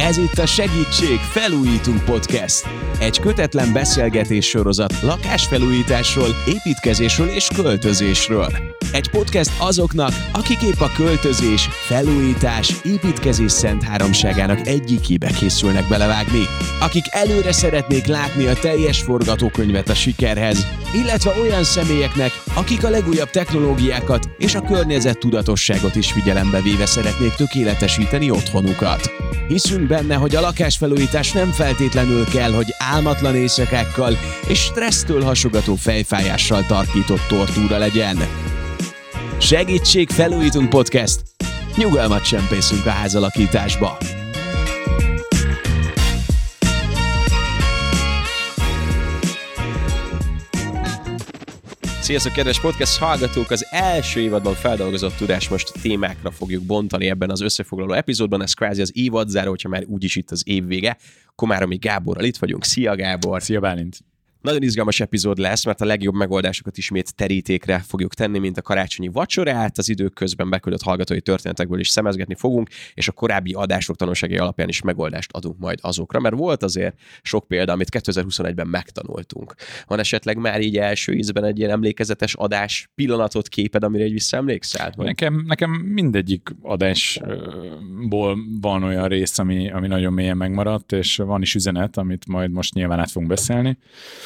Ez itt a Segítség, felújítunk podcast. Egy kötetlen beszélgetés sorozat lakásfelújításról, építkezésről és költözésről. Egy podcast azoknak, akik épp a költözés, felújítás, építkezés szent háromságának egyikébe készülnek belevágni. Akik előre szeretnék látni a teljes forgatókönyvet a sikerhez, illetve olyan személyeknek, akik a legújabb technológiákat és a környezet tudatosságot is figyelembe véve szeretnék tökéletesíteni otthonukat. Hiszünk benne, hogy a lakásfelújítás nem feltétlenül kell, hogy álmatlan éjszakákkal és stressztől hasogató fejfájással tarkított tortúra legyen. Segítség, felújítunk podcast! Nyugalmat csempészünk a házalakításba! Sziasztok, kedves podcast hallgatók! Az első évadban feldolgozott tudás most témákra fogjuk bontani ebben az összefoglaló epizódban. Ez kvázi az évadzáró, hogyha már úgyis itt az év vége. Komáromi Gáborral itt vagyunk. Szia, Gábor! Szia, Bálint! Nagyon izgalmas epizód lesz, mert a legjobb megoldásokat ismét terítékre fogjuk tenni, mint a karácsonyi vacsorát, az idők közben beküldött hallgatói történetekből is szemezgetni fogunk, és a korábbi adások tanulságai alapján is megoldást adunk majd azokra, mert volt azért sok példa, amit 2021-ben megtanultunk. Van esetleg már így első ízben egy ilyen emlékezetes adás pillanatot, képed, amire így visszaemlékszel? Nekem mindegyik adásból van olyan rész, ami nagyon mélyen megmaradt, és van is üzenet, amit majd most nyilván át fogunk beszélni.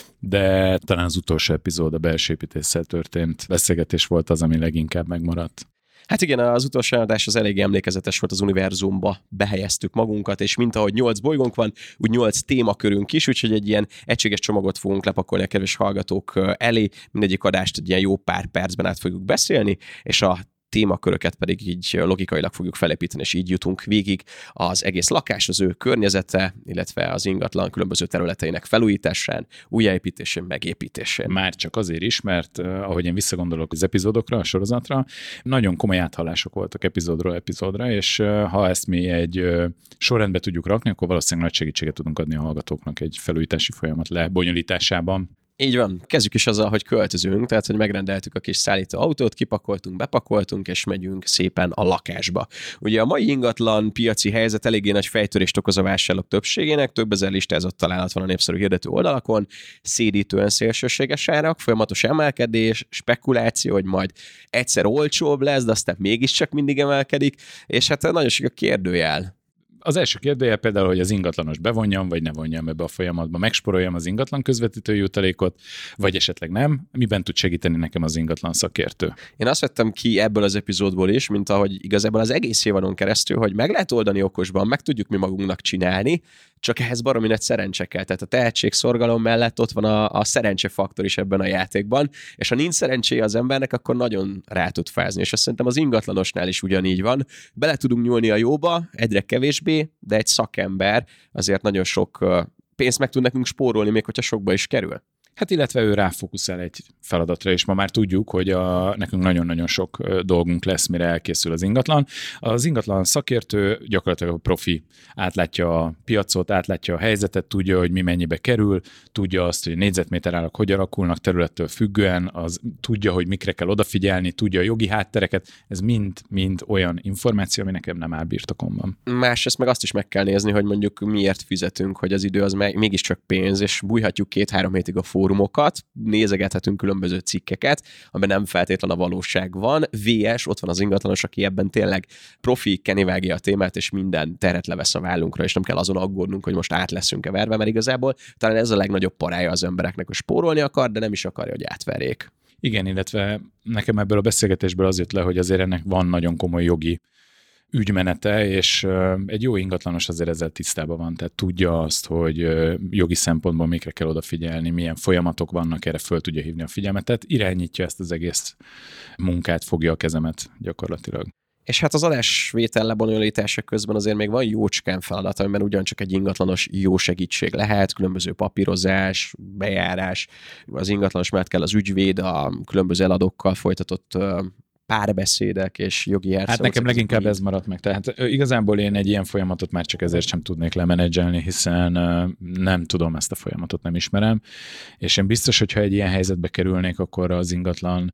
De talán az utolsó epizód, a belső építéssel történt beszélgetés volt az, ami leginkább megmaradt. Hát igen, az utolsó adás az elég emlékezetes volt, az univerzumba behelyeztük magunkat, és mint ahogy 8 bolygónk van, úgy 8 témakörünk is, úgyhogy egy ilyen egységes csomagot fogunk lepakolni a kedves hallgatók elé, mindegyik adást egy ilyen jó pár percben át fogjuk beszélni, és a témaköröket pedig így logikailag fogjuk felépíteni, és így jutunk végig az egész lakás, az ő környezete, illetve az ingatlan különböző területeinek felújításán, újjáépítésén, megépítésén. Már csak azért is, mert ahogy én visszagondolok az epizódokra, a sorozatra, nagyon komoly áthallások voltak epizódról epizódra, és ha ezt mi egy sorrendbe tudjuk rakni, akkor valószínűleg nagy segítséget tudunk adni a hallgatóknak egy felújítási folyamat lebonyolításában. Így van, kezdjük is azzal, hogy költözünk, tehát hogy megrendeltük a kis szállító autót, kipakoltunk, bepakoltunk, és megyünk szépen a lakásba. Ugye a mai ingatlan piaci helyzet eléggé nagy fejtörést okoz a vásárlók többségének, több ezer listázott találat van a népszerű hirdető oldalakon, szédítően szélsőséges árak, folyamatos emelkedés, spekuláció, hogy majd egyszer olcsóbb lesz, de aztán mégiscsak mindig emelkedik, és hát nagyon sok a kérdőjel. Az első kérdője például, hogy az ingatlanos bevonjam, vagy ne vonjam ebbe a folyamatba, megsporoljam az ingatlan közvetítő jutalékot, vagy esetleg nem. Miben tud segíteni nekem az ingatlan szakértő? Én azt vettem ki ebből az epizódból is, mint ahogy igazából az egész évadon keresztül, hogy meg lehet oldani okosban, meg tudjuk mi magunknak csinálni, csak ehhez baromi nagy szerencse kell. Tehát a tehetségszorgalom mellett ott van a szerencsefaktor is ebben a játékban, és ha nincs szerencséje az embernek, akkor nagyon rá tud fázni. És azt szerintem az ingatlanosnál is ugyanígy van. Bele tudunk nyúlni a jóba, egyre kevésbé, de egy szakember azért nagyon sok pénzt meg tud nekünk spórolni, még hogyha sokba is kerül. Hát illetve ő ráfókuszál egy feladatra, és ma már tudjuk, hogy nekünk nagyon-nagyon sok dolgunk lesz, mire elkészül az ingatlan. Az ingatlan szakértő gyakorlatilag a profi, átlátja a piacot, átlátja a helyzetet, tudja, hogy mi mennyibe kerül, tudja azt, hogy négyzetméterárak hogy alakulnak területtől függően, tudja, hogy mikre kell odafigyelni, tudja a jogi háttereket, ez mind olyan információ, ami nekem nem áll birtokomban. Másrészt meg azt is meg kell nézni, hogy mondjuk miért fizetünk, hogy az idő az mégiscsak pénz, és bújhatjuk 2-3 hétig a fórumokat, nézegethetünk különböző cikkeket, amiben nem feltétlen a valóság van. VS, ott van az ingatlanos, aki ebben tényleg profi, kenivágja a témát, és minden terhet levesz a vállunkra, és nem kell azon aggódnunk, hogy most át leszünk-e verve, mert igazából talán ez a legnagyobb parája az embereknek, hogy spórolni akar, de nem is akarja, hogy átverjék. Igen, illetve nekem ebből a beszélgetésből az jött le, hogy azért ennek van nagyon komoly jogi ügymenete, és egy jó ingatlanos azért ezzel tisztában van, tehát tudja azt, hogy jogi szempontból mikre kell odafigyelni, milyen folyamatok vannak, erre föl tudja hívni a figyelmet, tehát irányítja ezt az egész munkát, fogja a kezemet gyakorlatilag. És hát az adásvétel lebonyolítása közben azért még van jócskán feladat, amiben ugyancsak egy ingatlanos jó segítség lehet, különböző papírozás, bejárás, az ingatlanos mellett kell az ügyvéd, a különböző eladókkal folytatott párbeszédek és jogi játszók. Hát nekem leginkább ez maradt meg. Tehát igazából én egy ilyen folyamatot már csak ezért sem tudnék lemenedzselni, hiszen nem tudom ezt a folyamatot, nem ismerem. És én biztos, hogyha egy ilyen helyzetbe kerülnék, akkor az ingatlan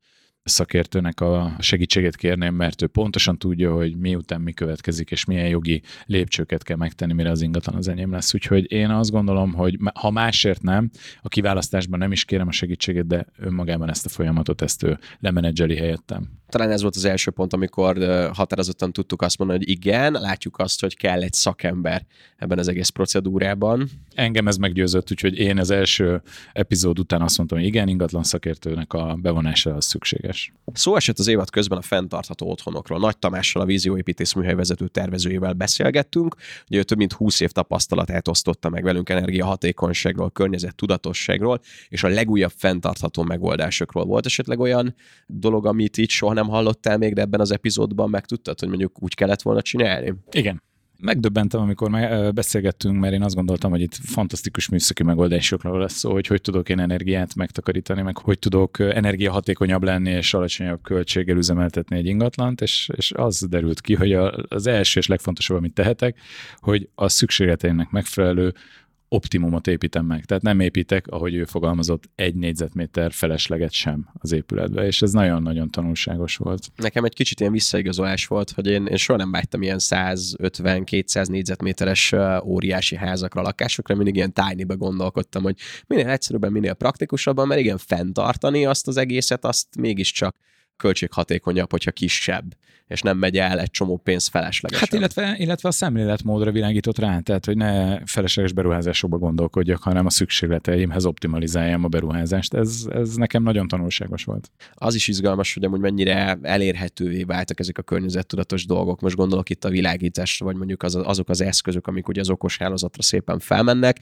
szakértőnek a segítségét kérném, mert ő pontosan tudja, hogy miután mi következik, és milyen jogi lépcsőket kell megtenni, mire az ingatlan az enyém lesz. Úgyhogy én azt gondolom, hogy ha másért nem, a kiválasztásban nem is kérem a segítségét, de önmagában ezt a folyamatot, ezt ő lemenedzseli helyettem. Talán ez volt az első pont, amikor határozottan tudtuk azt mondani, hogy igen, látjuk azt, hogy kell egy szakember ebben az egész procedúrában. Engem ez meggyőzött, úgyhogy én az első epizód után azt mondtam, hogy igen, ingatlan szakértőnek a bevonása az szükséges. Szó esett az évad közben a fenntartható otthonokról. Nagy Tamással, a Vízióépítész műhely vezető tervezőjével beszélgettünk. Ugye ő több mint 20 év tapasztalatát osztotta meg velünk energiahatékonyságról, környezettudatosságról, és a legújabb fenntartható megoldásokról. Volt esetleg olyan dolog, amit így soha nem hallottál még, de ebben az epizódban megtudtad, hogy mondjuk úgy kellett volna csinálni? Igen. Megdöbbentem, amikor beszélgettünk, mert én azt gondoltam, hogy itt fantasztikus műszaki megoldásokról lesz szó, hogy tudok én energiát megtakarítani, meg hogy tudok energiahatékonyabb lenni és alacsonyabb költséggel üzemeltetni egy ingatlant, és az derült ki, hogy az első és legfontosabb, amit tehetek, hogy a szükségleteimnek megfelelő optimumot építem meg. Tehát nem építek, ahogy ő fogalmazott, 1 négyzetméter felesleget sem az épületbe, és ez nagyon-nagyon tanulságos volt. Nekem egy kicsit ilyen visszaigazolás volt, hogy én soha nem vágytam ilyen 150-200 négyzetméteres óriási házakra, lakásokra, mindig ilyen tiny-be gondolkodtam, hogy minél egyszerűbben, minél praktikusabban, mert igen, fenntartani azt az egészet, azt mégiscsak költséghatékonyabb, hogyha kisebb, és nem megy el egy csomó pénz feleslegesen. Hát illetve a szemléletmódra világított rá, tehát hogy ne felesleges beruházásokba gondolkodjak, hanem a szükségleteimhez optimalizáljam a beruházást. Ez nekem nagyon tanulságos volt. Az is izgalmas, hogy amúgy mennyire elérhetővé váltak ezek a környezettudatos dolgok. Most gondolok itt a világításra, vagy mondjuk azok az eszközök, amik ugye az okos hálózatra szépen felmennek.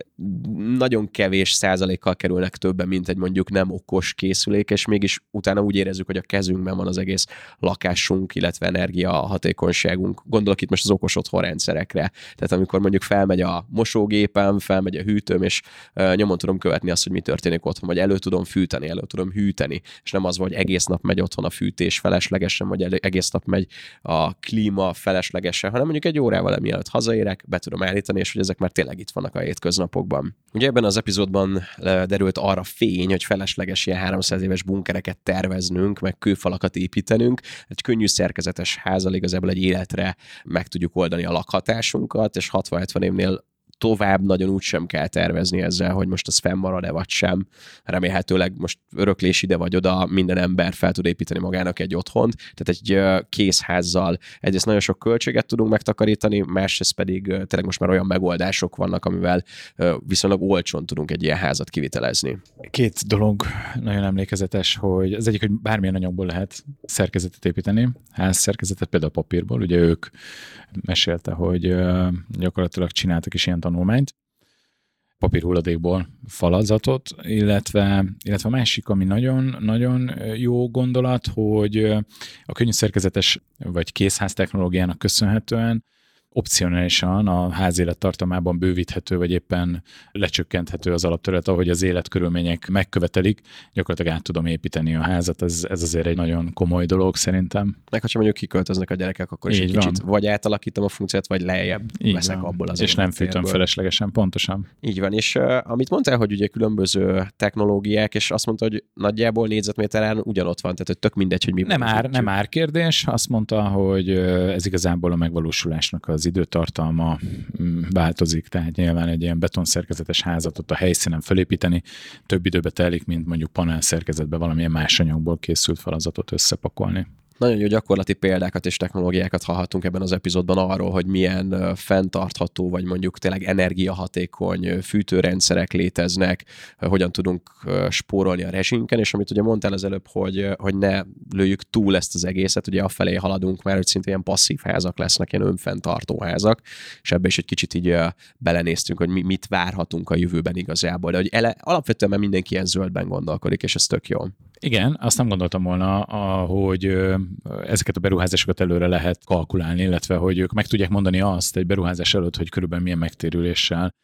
Nagyon kevés százalékkal kerülnek többen, mint egy mondjuk nem okos készülék, és mégis utána úgy érezzük, hogy a kezünkben van az egész lakásunk, illetve energiahatékonyságunk. Gondolok itt most az okos otthonrendszerekre. Tehát amikor mondjuk felmegy a mosógépem, felmegy a hűtőm, és nyomon tudom követni azt, hogy mi történik otthon, vagy elő tudom fűteni, elő tudom hűteni, és nem az, hogy egész nap megy otthon a fűtés feleslegesen, vagy egész nap megy a klíma feleslegesen, hanem mondjuk egy órával mielőtt hazaérek, be tudom állítani, és hogy ezek már tényleg itt vannak a hétköznapokban. Ugye ebben az epizódban derült arra fény, hogy felesleges ilyen 300 éves bunkereket terveznünk, meg kőfalakat építenünk. Egy könnyű szerkezetes házzal igazából egy életre meg tudjuk oldani a lakhatásunkat, és 60-70 évnél tovább nagyon úgy sem kell tervezni ezzel, hogy most az fennmarad-e vagy sem. Remélhetőleg most öröklés ide vagy oda, minden ember fel tud építeni magának egy otthont, tehát egy készházzal egyrészt nagyon sok költséget tudunk megtakarítani, másrészt pedig tényleg most már olyan megoldások vannak, amivel viszonylag olcsón tudunk egy ilyen házat kivitelezni. 2 dolog nagyon emlékezetes, hogy az egyik, hogy bármilyen anyagból lehet szerkezetet építeni, házszerkezetet, például papírból, ugye ők mesélte, hogy gyakorlatilag csináltak is ilyen tanulmányt, papírhulladékból falazatot, illetve a másik, ami nagyon jó gondolat, hogy a könnyű szerkezetes vagy készház technológiának köszönhetően opcionálisan a házélettartamában bővíthető, vagy éppen lecsökkenthető az alapterület, ahogy az életkörülmények megkövetelik, gyakorlatilag át tudom építeni a házat, ez azért egy nagyon komoly dolog szerintem. Meg ha mondjuk kiköltöznek a gyerekek, akkor is egy kicsit vagy átalakítom a funkciót, vagy lejjebb veszek abból az. És nem fűtöm feleslegesen, pontosan. Így van, és amit mondtál, hogy ugye különböző technológiák, és azt mondta, hogy nagyjából négyzetméteren ugyanott van, tehát hogy tök mindegy, hogy mi. Nem árkérdés, azt mondta, hogy ez igazából a megvalósulásnak az időtartalma változik, tehát nyilván egy ilyen betonszerkezetes házat ott a helyszínen felépíteni több időbe telik, mint mondjuk panelszerkezetbe valamilyen más anyagból készült falazatot összepakolni. Nagyon jó gyakorlati példákat és technológiákat hallhattunk ebben az epizódban arról, hogy milyen fenntartható, vagy mondjuk tényleg energiahatékony fűtőrendszerek léteznek, hogyan tudunk spórolni a rezsinken, és amit ugye mondtál az előbb, hogy ne lőjük túl ezt az egészet, ugye afelé haladunk már, hogy szinte ilyen passzív házak lesznek, ilyen önfenntartó házak, és ebbe is egy kicsit így belenéztünk, hogy mit várhatunk a jövőben igazából, de hogy alapvetően már mindenki ilyen zöldben gondolkodik, és ez tök jó. Igen, azt nem gondoltam volna, hogy ezeket a beruházásokat előre lehet kalkulálni, illetve hogy ők meg tudják mondani azt egy beruházás előtt, hogy körülbelül milyen megtérüléssel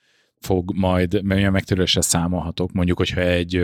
milyen megtérüléssel számolhatok. Mondjuk, hogyha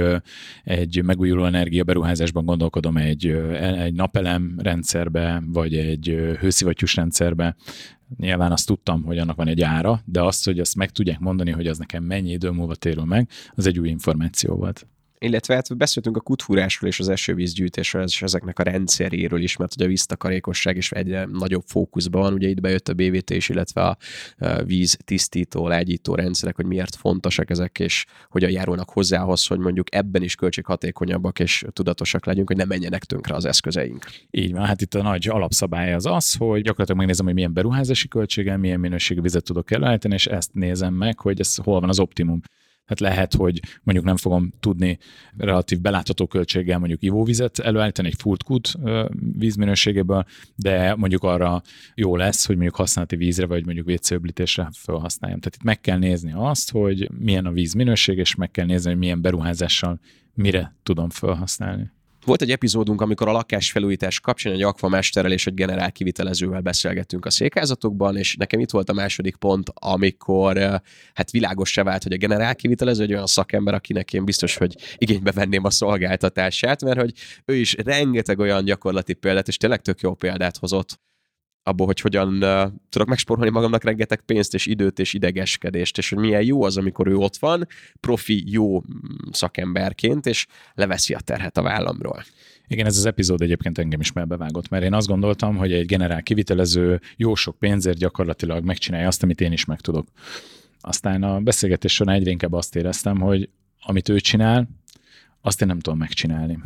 egy megújuló energia beruházásban gondolkodom egy napelem rendszerbe, vagy egy hőszivattyús rendszerbe, nyilván azt tudtam, hogy annak van egy ára, de azt, hogy azt meg tudják mondani, hogy az nekem mennyi idő múlva térül meg, az egy új információ volt. Illetve hát beszéltünk a kútfúrásról és az esővízgyűjtésről, és ezeknek a rendszeréről is, mert ugye a víztakarékosság is egyre nagyobb fókuszban van. Ugye itt bejött a BVT is, illetve a víz tisztító, lágyító rendszerek, hogy miért fontosak ezek, és hogyan járulnak hozzához, hogy mondjuk ebben is költséghatékonyabbak és tudatosak legyünk, hogy ne menjenek tönkre az eszközeink. Így van, hát itt a nagy alapszabály az, hogy gyakorlatilag megnézem, hogy milyen beruházási költséggel, milyen minőségű vizet tudok előállítani, és ezt nézem meg, hogy ez hol van az optimum. Hát lehet, hogy mondjuk nem fogom tudni relatív belátható költséggel mondjuk ivóvizet előállítani egy furt kút vízminőségéből, de mondjuk arra jó lesz, hogy mondjuk használati vízre, vagy mondjuk WC-öblítésre felhasználjam. Tehát itt meg kell nézni azt, hogy milyen a vízminőség, és meg kell nézni, hogy milyen beruházással mire tudom felhasználni. Volt egy epizódunk, amikor a lakásfelújítás kapcsán egy akvamesterrel és egy generál kivitelezővel beszélgettünk a székházatokban, és nekem itt volt a második pont, amikor hát világossá vált, hogy a generál kivitelező egy olyan szakember, akinek én biztos, hogy igénybe venném a szolgáltatását, mert hogy ő is rengeteg olyan gyakorlati példát, és tényleg tök jó példát hozott abból, hogy hogyan tudok megspórolni magamnak rengeteg pénzt és időt és idegeskedést, és hogy milyen jó az, amikor ő ott van, profi, jó szakemberként, és leveszi a terhet a vállamról. Igen, ez az epizód egyébként engem is melbevágott, mert én azt gondoltam, hogy egy generál kivitelező jó sok pénzért gyakorlatilag megcsinálja azt, amit én is meg tudok. Aztán a beszélgetés során egyre inkább azt éreztem, hogy amit ő csinál, azt én nem tudom megcsinálni.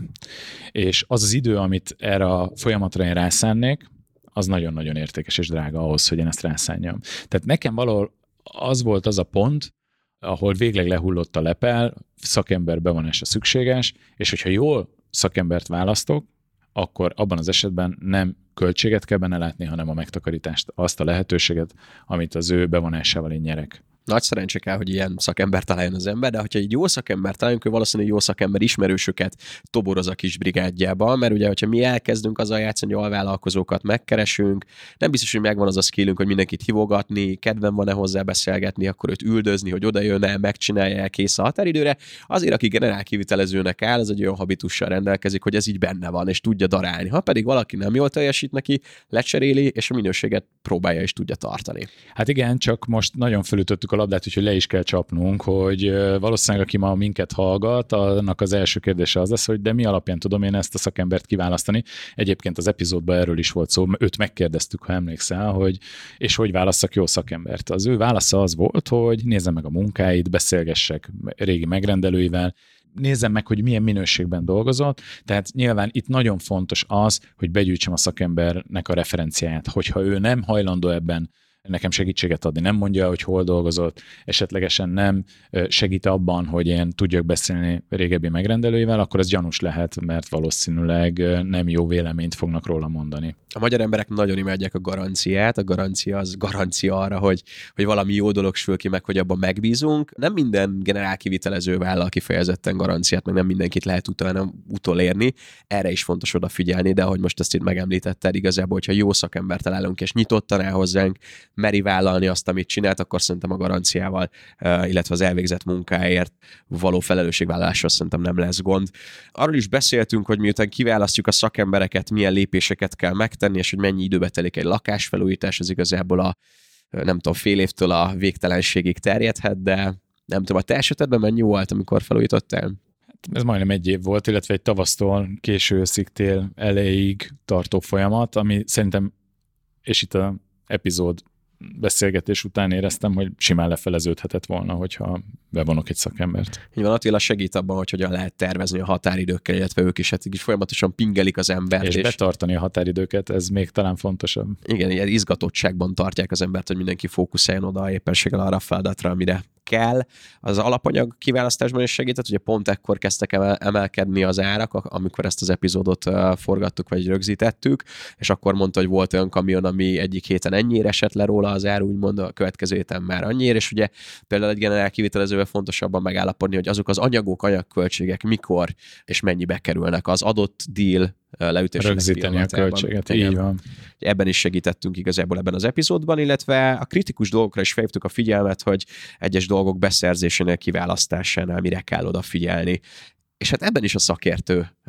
És az az idő, amit erre a folyamatra én rászánnék, az nagyon-nagyon értékes és drága ahhoz, hogy én ezt rászánjam. Tehát nekem valahol az volt az a pont, ahol végleg lehullott a lepel, szakember bevonása szükséges, és hogyha jól szakembert választok, akkor abban az esetben nem költséget kell benne látni, hanem a megtakarítást, azt a lehetőséget, amit az ő bevonásával én nyerek. Nagy szerencse kell, hogy ilyen szakember találjon az ember, de hogyha egy jó szakember találjunk, ő valószínűleg jó szakember ismerősöket toboroz a kis brigádjába, mert ugye, hogyha mi elkezdünk azzal játszani, hogy alvállalkozókat megkeresünk, nem biztos, hogy megvan az a skillünk, hogy mindenkit hívogatni, kedven van-e hozzá beszélgetni, akkor őt üldözni, hogy oda jön-e, megcsinálja el, kész a határidőre. Azért, aki generál kivitelezőnek áll, az egy olyan habitussal rendelkezik, hogy ez így benne van, és tudja darálni. Ha pedig valaki nem jól teljesít neki, lecseréli, és a minőséget próbálja és tudja tartani. Hát igen, csak most nagyon fölütöttük a labdát, úgyhogy le is kell csapnunk, hogy valószínűleg aki ma minket hallgat, annak az első kérdése az lesz, hogy de mi alapján tudom én ezt a szakembert kiválasztani. Egyébként az epizódban erről is volt szó, őt megkérdeztük, ha emlékszel, hogy válasszak jó szakembert. Az ő válasza az volt, hogy nézzem meg a munkáit, beszélgessek régi megrendelőivel, nézzem meg, hogy milyen minőségben dolgozott, tehát nyilván itt nagyon fontos az, hogy begyűjtsem a szakembernek a referenciáját, hogyha ő nem hajlandó ebben nekem segítséget adni, nem mondja, hogy hol dolgozott, esetlegesen nem segít abban, hogy én tudjak beszélni régebbi megrendelőivel, akkor ez gyanús lehet, mert valószínűleg nem jó véleményt fognak róla mondani. A magyar emberek nagyon imádják a garanciát, a garancia az garancia arra, hogy valami jó dolog sül ki meg, hogy abban megbízunk. Nem minden generál kivitelező vállal kifejezetten garanciát, meg nem mindenkit lehet utána utolérni, erre is fontos odafigyelni, de ahogy most ezt itt megemlítetted, igazából, hogyha jó szakembert találunk és nyitottan áll hozzánk, meri vállalni azt, amit csinált, akkor szerintem a garanciával, illetve az elvégzett munkáért való felelősségvállalásra szerintem nem lesz gond. Arról is beszéltünk, hogy miután kiválasztjuk a szakembereket, milyen lépéseket kell megtenni, és hogy mennyi időbe telik egy lakásfelújítás, az igazából fél évtől a végtelenségig terjedhet, de nem tudom, a te esetedben mennyi volt, amikor felújítottál? Ez majdnem egy év volt, illetve egy tavasztól késő őszig, tél elejéig tartó folyamat, ami szerintem, és itt a epizód beszélgetés után éreztem, hogy simán lefeleződhetett volna, hogyha bevonok egy szakembert. Így van, Attila segít abban, hogy hogyan lehet tervezni a határidőkkel, illetve ők is így folyamatosan pingelik az embert. És betartani a határidőket, ez még talán fontosabb. Igen, ilyen izgatottságban tartják az embert, hogy mindenki fókuszáljon oda éppenséggel arra a feladatra, amire kell. Az alapanyag kiválasztásban is segített, ugye pont ekkor kezdtek emelkedni az árak, amikor ezt az epizódot forgattuk, vagy rögzítettük, és akkor mondta, hogy volt olyan kamion, ami egyik héten ennyire esett le róla az ár, úgymond a következő héten már annyira, és ugye például egy generál kivitelezővel fontosabban megállapodni, hogy azok az anyagköltségek mikor és mennyibe kerülnek az adott deal leütésének rögzíteni a költséget, így van. Ebben is segítettünk igazából ebben az epizódban, illetve a kritikus dolgokra is felhívtuk a figyelmet, hogy egyes dolgok beszerzésénél, kiválasztásánál mire kell odafigyelni. És hát ebben is a szakértő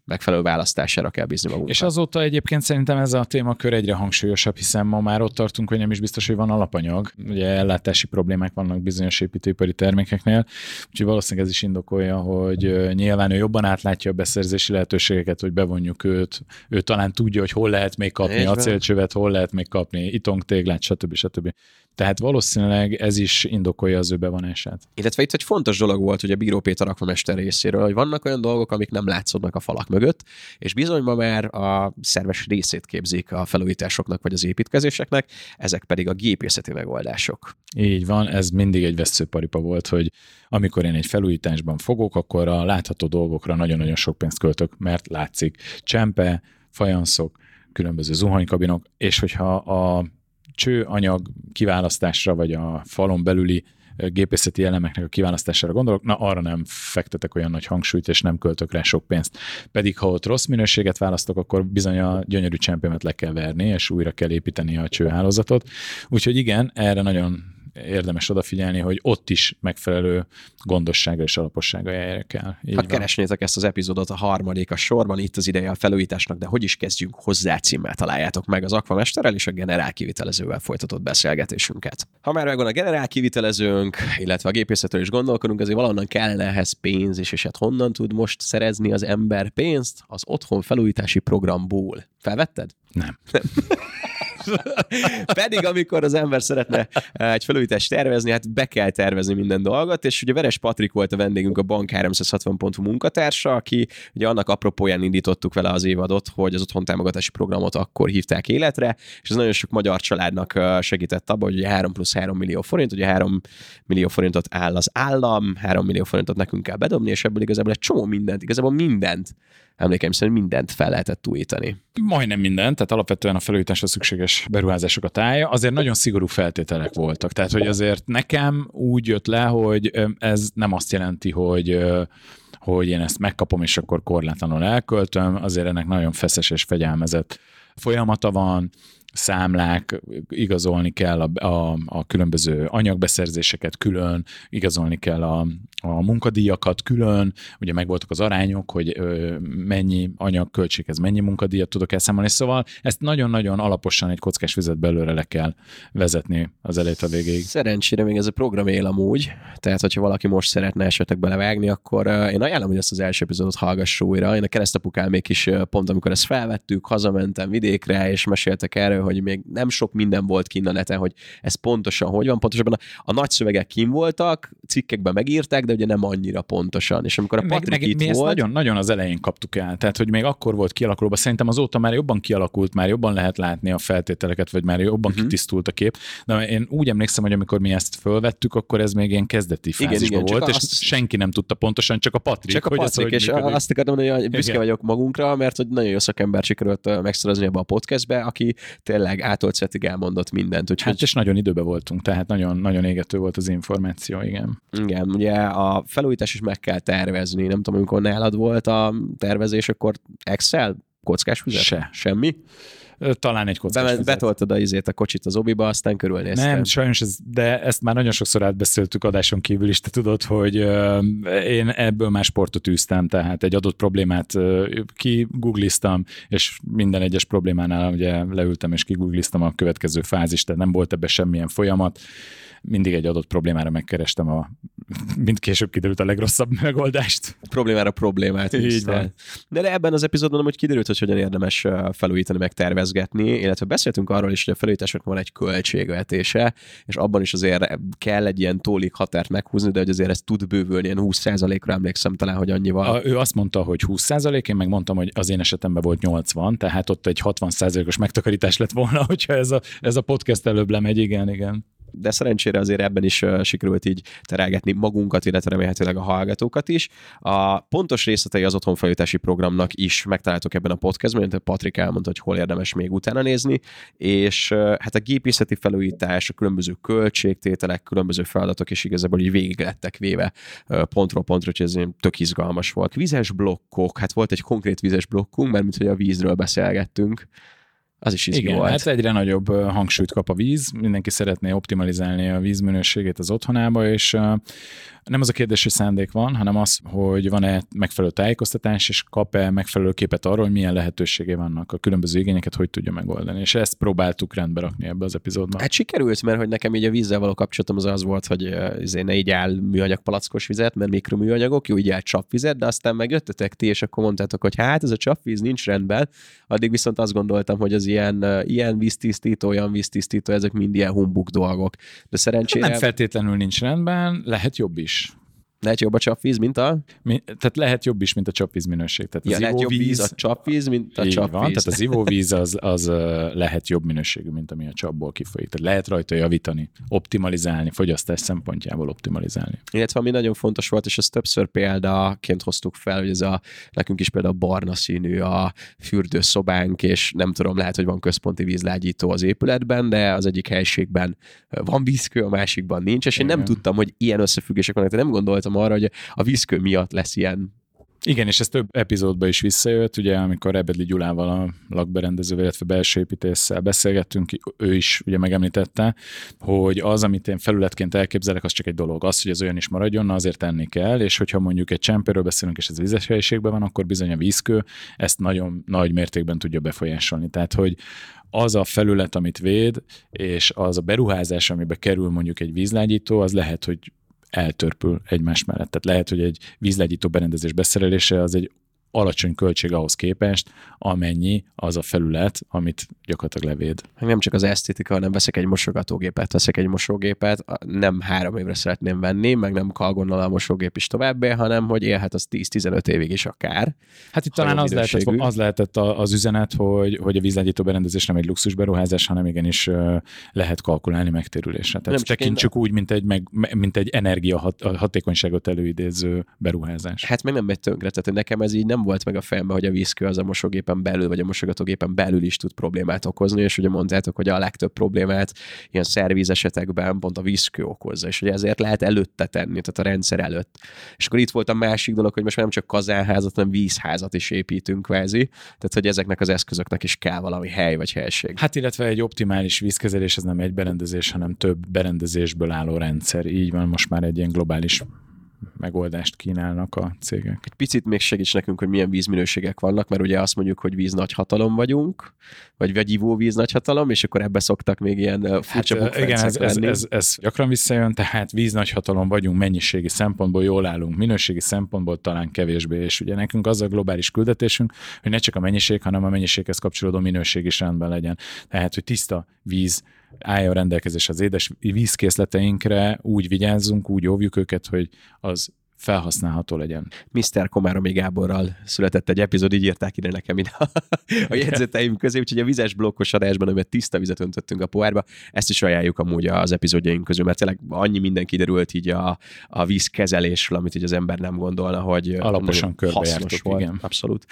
megfelelő választására kell bízni magunkat. És azóta egyébként szerintem ez a témakör egyre hangsúlyosabb, hiszen ma már ott tartunk, hogy nem is biztos, hogy van alapanyag. Ugye ellátási problémák vannak bizonyos építőipari termékeknél, úgyhogy valószínűleg ez is indokolja, hogy nyilván ő jobban átlátja a beszerzési lehetőségeket, hogy bevonjuk őt. Ő talán tudja, hogy hol lehet még kapni acélcsövet, hol lehet még kapni itongtéglát, stb. Tehát valószínűleg ez is indokolja az ő bevonását. Illetve itt egy fontos dolog volt, hogy a Bíró Péter akvamester részéről, hogy vannak olyan dolgok, amik nem látszódnak a falak mögött, és bizony ma már a szerves részét képzik a felújításoknak vagy az építkezéseknek, ezek pedig a gépészeti megoldások. Így van, ez mindig egy veszőparipa volt, hogy amikor én egy felújításban fogok, akkor a látható dolgokra nagyon-nagyon sok pénzt költök, mert látszik csempe, fajanszok, különböző zuhanykabinok, és hogyha a csőanyag kiválasztásra, vagy a falon belüli gépészeti elemeknek a kiválasztására gondolok, na arra nem fektetek olyan nagy hangsúlyt, és nem költök rá sok pénzt. Pedig ha ott rossz minőséget választok, akkor bizony a gyönyörű csempémet le kell verni, és újra kell építeni a csőhálózatot. Úgyhogy igen, erre nagyon érdemes odafigyelni, hogy ott is megfelelő gondossága és alapossága eljárja kell. Ha keresnétek ezt az epizódot a harmadik a sorban, itt az ideje a felújításnak, de hogy is kezdjünk hozzá címmel találjátok meg az akvamesterrel és a generál kivitelezővel folytatott beszélgetésünket. Ha már megvan a generál kivitelezőnk, illetve a gépészetről is gondolkodunk, azért valahonnan kellene ehhez pénz, és hát honnan tud most szerezni az ember pénzt? Az otthon felújítási programból. Felvetted? Nem. Pedig amikor az ember szeretne egy felújítást tervezni, hát be kell tervezni minden dolgot, és ugye Veres Patrik volt a vendégünk, a Bank360.hu munkatársa, aki ugye annak apropóján indítottuk vele az évadot, hogy az otthon támogatási programot akkor hívták életre, és ez nagyon sok magyar családnak segített abban, hogy ugye 3 + 3 millió forint, ugye 3 millió forintot áll az állam, 3 millió forintot nekünk kell bedobni, és ebből igazából egy csomó mindent, emlékeim szerint mindent fel lehetett újítani. Majdnem mindent, tehát alapvetően a felújításra szükséges beruházásokat állja. Azért nagyon szigorú feltételek voltak. Tehát, hogy azért nekem úgy jött le, hogy ez nem azt jelenti, hogy én ezt megkapom, és akkor korlátlanul elköltöm. Azért ennek nagyon feszes és fegyelmezett folyamata van, számlák, igazolni kell a különböző anyagbeszerzéseket külön, igazolni kell a munkadíjakat külön, ugye megvoltak az arányok, hogy mennyi anyagköltséghez mennyi munkadíjat tudok elszámolni, szóval ezt nagyon-nagyon alaposan egy kockás vizet belőle le kell vezetni az elejétől a végéig. Szerencsére még ez a program él amúgy, tehát hogyha valaki most szeretne esetleg belevágni, akkor én ajánlom, hogy ezt az első epizódot hallgassuk újra. Én a keresztapukámék is pont amikor ezt felvettük, hazamentem vidékre, és meséltek erről, hogy még nem sok minden volt kinn a neten, hogy ez pontosan hogy van. Pontosabban a nagy szövegek kinn voltak, cikkekben megírták, de ugye nem annyira pontosan. És amikor a Patrik itt mi volt... ezt nagyon az elején kaptuk el. Tehát, hogy még akkor volt kialakulóban. Szerintem azóta már jobban kialakult, már jobban lehet látni a feltételeket, vagy már jobban kitisztult a kép. De én úgy emlékszem, hogy amikor mi ezt fölvettük, akkor ez még ilyen kezdeti fázisban volt, és senki nem tudta pontosan, csak a Patrik. Csak a Patrik, és azt akartam mondani, hogy büszke vagyok magunkra, mert hogy nagyon jó szakember sikerült megszerezni ebbe a podcastbe, aki tényleg átoltszetig elmondott mindent. Úgyhogy... Hát és nagyon időben voltunk, tehát nagyon, nagyon égető volt az információ, igen. Igen, ugye a felújítás is meg kell tervezni. Nem tudom, amikor nálad volt a tervezés, akkor Excel, kockás vizet? Semmi? Talán egy kockás vizet. Betoltad a kocsit az obiba, aztán körülnéztem. Nem, sajnos, de ezt már nagyon sokszor átbeszéltük adáson kívül is, te tudod, hogy én ebből már sportot űztem, tehát egy adott problémát kigoogliztam, és minden egyes problémánál ugye leültem és kigoogliztam a következő fázist, tehát nem volt ebben semmilyen folyamat. Mindig egy adott problémára megkerestem mint később kiderült a legrosszabb megoldást. Problémát. Így van. De ebben az epizódban hogy kiderült, hogy hogyan érdemes felújítani, meg tervezgetni, illetve beszéltünk arról is, hogy a felújításnak van egy költségvetése, és abban is azért kell egy ilyen tólig határt meghúzni, de hogy azért ez tud bővülni, ilyen 20%-ra emlékszem talán, hogy annyival. Ő azt mondta, hogy 20%, én meg mondtam, hogy az én esetemben volt 80, tehát ott egy 60%-os megtakarítás lett volna, hogyha ez a podcast előbb lemegy, igen. De szerencsére azért ebben is sikerült így terelgetni magunkat, illetve remélhetőleg a hallgatókat is. A pontos részletei az otthonfelújítási programnak is megtaláltok ebben a podcastban, mint a Patrik elmondta, hogy hol érdemes még utána nézni, és hát a gépészeti felújítás, a különböző költségtételek, különböző feladatok is igazából így végig lettek véve pontról pontra, hogy ez tök izgalmas volt. Vizes blokkok, hát volt egy konkrét vizes blokkunk, mert mint hogy a vízről beszélgettünk. Az is izgi igen, volt. Hát egyre nagyobb hangsúlyt kap a víz, mindenki szeretné optimalizálni a vízminőségét az otthonába, és Nem az a kérdés, hogy szándék van, hanem az, hogy van-e megfelelő tájékoztatás, és kap-e megfelelő képet arról, hogy milyen lehetőségé vannak, a különböző igényeket hogy tudja megoldani. És ezt próbáltuk rendbe rakni ebbe az epizódban. Hát sikerült, mert hogy nekem így a vízzel való kapcsolatom az volt, hogy ne így áll műanyag palackos vizet, mert mikroműanyagok, jó, így áll csapvizet, de aztán megjöttetek ti, és akkor mondtátok, hogy hát ez a csapvíz nincs rendben. Addig viszont azt gondoltam, hogy az ilyen víztisztító, olyan víztisztító, ezek mind ilyen humbug dolgok. De szerencsére... Nem feltétlenül nincs rendben, lehet jobb is. Lehet jobb a csapvíz, mint a... Tehát lehet jobb is, mint a csapvíz minőség. Tehát az lehet jobb víz a csapvíz, mint a csapvíz. Van, tehát az ivóvíz az lehet jobb minőségű, mint ami a csapból kifolyik. Tehát lehet rajta javítani, optimalizálni, fogyasztás szempontjából optimalizálni. Illetve ami nagyon fontos volt, és ezt többször példaként hoztuk fel, hogy nekünk is például barna színű a fürdőszobánk, és nem tudom, lehet, hogy van központi vízlágyító az épületben, de az egyik helyiségben van vízkő, a másikban nincs, és én nem tudtam, hogy ilyen összefüggések vannak, de nem gondoltam arra, hogy a vízkő miatt lesz ilyen. Igen, és ez több epizódban is visszajött, ugye, amikor Ebedli Gyulával, a lakberendezővel, illetve belső építéssel beszélgettünk, ő is ugye megemlítette, hogy az, amit én felületként elképzelek, az csak egy dolog. Az, hogy az olyan is maradjon, azért tenni kell, és hogyha mondjuk egy csempéről beszélünk, és ez vizes helyiségben van, akkor bizony a vízkő ezt nagyon nagy mértékben tudja befolyásolni. Tehát, hogy az a felület, amit véd, és az a beruházás, amibe kerül mondjuk egy vízlágyító, az lehet, hogy eltörpül egymás mellett. Tehát lehet, hogy egy vízlágyító berendezés beszerelése az egy alacsony költség ahhoz képest, amennyi az a felület, amit gyakorlatilag levéd. Nem csak az esztétika, hanem veszek egy mosógépet, nem 3 évre szeretném venni, meg nem kalgonnal a mosógép is tovább, hanem hogy élhet az 10-15 évig is akár. Hát itt talán az lehetett az üzenet, hogy a vízlágyító berendezés nem egy luxus beruházás, hanem igenis lehet kalkulálni megtérülésre. Tehát tekintsük úgy, mint egy energiahatékonyságot előidéző beruházás. Hát meg nem megy tönkre, tehát nekem ez így nem volt meg a fejemben, hogy a vízkő az a mosógépen belül, vagy a mosogatógépen belül is tud problémát okozni, és ugye mondtátok, hogy a legtöbb problémát ilyen szervíz esetekben pont a vízkő okozza, és ugye ezért lehet előtte tenni, tehát a rendszer előtt. És akkor itt volt a másik dolog, hogy most már nem csak kazánházat, hanem vízházat is építünk kvázi, tehát hogy ezeknek az eszközöknek is kell valami hely vagy helység. Hát illetve egy optimális vízkezelés, ez nem egy berendezés, hanem több berendezésből álló rendszer. Így van, most már egy ilyen globális megoldást kínálnak a cégek. Egy picit még segíts nekünk, hogy milyen vízminőségek vannak, mert ugye azt mondjuk, hogy víz nagyhatalom vagyunk, vagy ivóvíz nagyhatalom, és akkor ebbe szoktak még ilyen furcsa bukfencek lenni. Ez gyakran visszajön, tehát víz nagyhatalom vagyunk mennyiségi szempontból, jól állunk, minőségi szempontból talán kevésbé, és ugye nekünk az a globális küldetésünk, hogy ne csak a mennyiség, hanem a mennyiséghez kapcsolódó minőség is rendben legyen. Tehát, hogy tiszta víz állja a rendelkezés az édes vízkészleteinkre, úgy vigyázzunk, úgy óvjuk őket, hogy az felhasználható legyen. Mr. Komáromi Gáborral született egy epizód, így írták ide nekem ide a jegyzeteim közé, úgyhogy a vizes blokkos adásban, amiben tiszta vizet öntöttünk a pohárba, ezt is ajánljuk amúgy az epizódjaink közül, mert tényleg annyi minden kiderült így a vízkezelésről, amit így az ember nem gondolna, hogy alaposan körbejártuk, igen. Abszolút.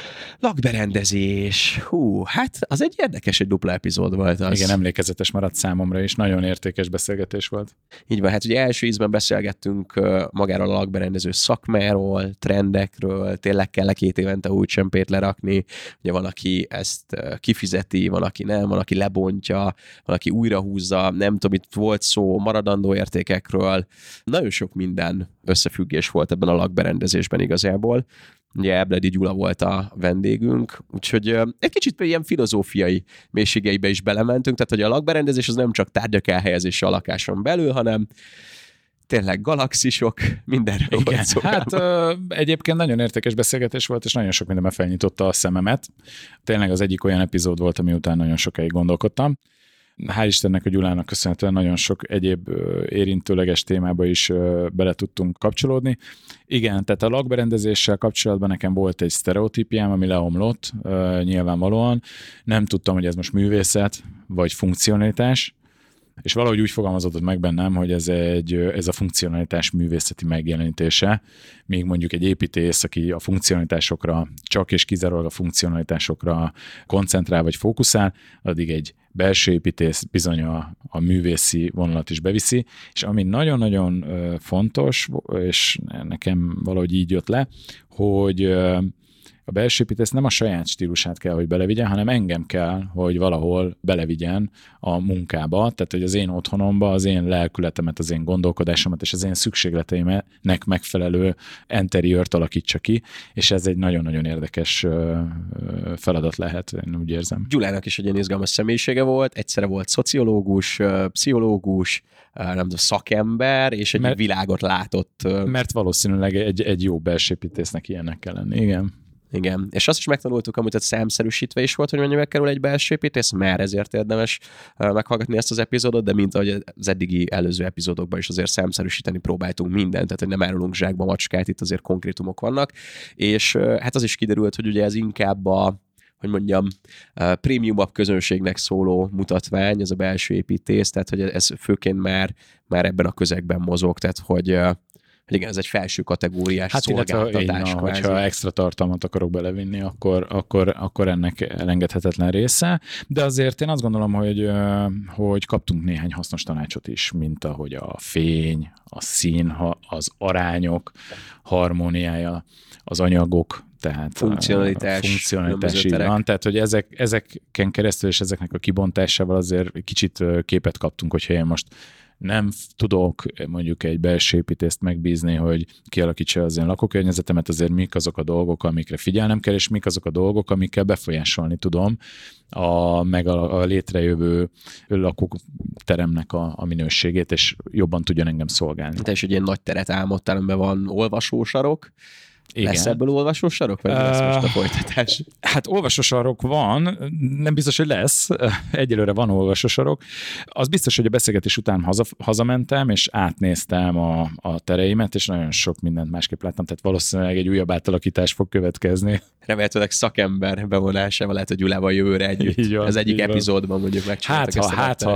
Lakberendezés. Hát az egy érdekes, egy dupla epizód volt az. Igen, emlékezetes maradt számomra is, nagyon értékes beszélgetés volt. Így van, hát ugye első ízben beszélgettünk magáról a lakberendező szakmáról, trendekről, tényleg kell 2 évente új csempét lerakni, ugye van, aki ezt kifizeti, van, aki nem, van, aki lebontja, van, aki újra húzza, nem tudom, itt volt szó maradandó értékekről, nagyon sok minden összefüggés volt ebben a lakberendezésben igazából. Ugye Ebledi Gyula volt a vendégünk, úgyhogy egy kicsit ilyen filozófiai mélységeibe is belementünk, tehát hogy a lakberendezés az nem csak tárgyak elhelyezése a lakáson belül, hanem tényleg galaxisok, mindenről volt szó. Hát egyébként nagyon értékes beszélgetés volt, és nagyon sok mindenben felnyitotta a szememet. Tényleg az egyik olyan epizód volt, ami után nagyon sokáig gondolkodtam. Hál' Istennek, a Gyulának köszönhetően nagyon sok egyéb érintőleges témába is bele tudtunk kapcsolódni. Igen, tehát a lakberendezéssel kapcsolatban nekem volt egy sztereotípiám, ami leomlott nyilvánvalóan. Nem tudtam, hogy ez most művészet, vagy funkcionalitás, és valahogy úgy fogalmazódott meg bennem, hogy ez a funkcionalitás művészeti megjelenítése, míg mondjuk egy építész, aki a funkcionalitásokra, csak és kizárólag a funkcionalitásokra koncentrál vagy fókuszál, addig egy belső építész bizony a művészi vonalat is beviszi, és ami nagyon-nagyon fontos, és nekem valahogy így jött le, hogy a belső építész nem a saját stílusát kell, hogy belevigyen, hanem engem kell, hogy valahol belevigyen a munkába, tehát hogy az én otthonomba, az én lelkületemet, az én gondolkodásomat és az én szükségleteimnek megfelelő interiört alakítsa ki, és ez egy nagyon-nagyon érdekes feladat lehet, én úgy érzem. Gyulának is egy ilyen izgalmas személyisége volt, egyszerre volt szociológus, pszichológus, nem tudom, szakember, és egy világot látott. Mert valószínűleg egy jó belsőépítésznek ilyennek kell lenni, igen. Igen, és azt is megtanultuk, amit számszerűsítve is volt, hogy mennyibe kerül egy belsőépítész, mert ezért érdemes meghallgatni ezt az epizódot, de mint ahogy az eddigi előző epizódokban is azért számszerűsíteni próbáltunk mindent, tehát hogy nem árulunk zsákba macskát, itt azért konkrétumok vannak, és hát az is kiderült, hogy ugye ez inkább hogy mondjam, prémiumabb közönségnek szóló mutatvány, ez a belső építész, tehát hogy ez főként már ebben a közegben mozog, tehát hogy igen, ez egy felső kategóriás szolgáltatás. Hogyha extra tartalmat akarok belevinni, akkor ennek elengedhetetlen része, de azért én azt gondolom, hogy kaptunk néhány hasznos tanácsot is, mint ahogy a fény, a szín, az arányok, harmóniája, az anyagok, tehát funkcionalitás így van. Tehát, hogy ezeken keresztül és ezeknek a kibontásával azért kicsit képet kaptunk, hogyha én most nem tudok mondjuk egy belső építészt megbízni, hogy kialakítsa az én lakókörnyezetemet, azért mik azok a dolgok, amikre figyelnem kell, és mik azok a dolgok, amikkel befolyásolni tudom meg a létrejövő lakóteremnek a minőségét, és jobban tudjon engem szolgálni. Te is egy ilyen nagy teret álmodtál, amiben van olvasósarok. Igen. Lesz ebből olvasósarok, vagy lesz most a folytatás? Hát olvasósarok van, nem biztos, hogy lesz. Egyelőre van olvasósarok. Az biztos, hogy a beszélgetés után hazamentem, és átnéztem a tereimet, és nagyon sok mindent másképp láttam, tehát valószínűleg egy újabb átalakítás fog következni. Remélhetőleg szakember bevonásával lehet, hogy Gyulával jövőre együtt. Van, az egyik epizódban mondjuk megcsináltak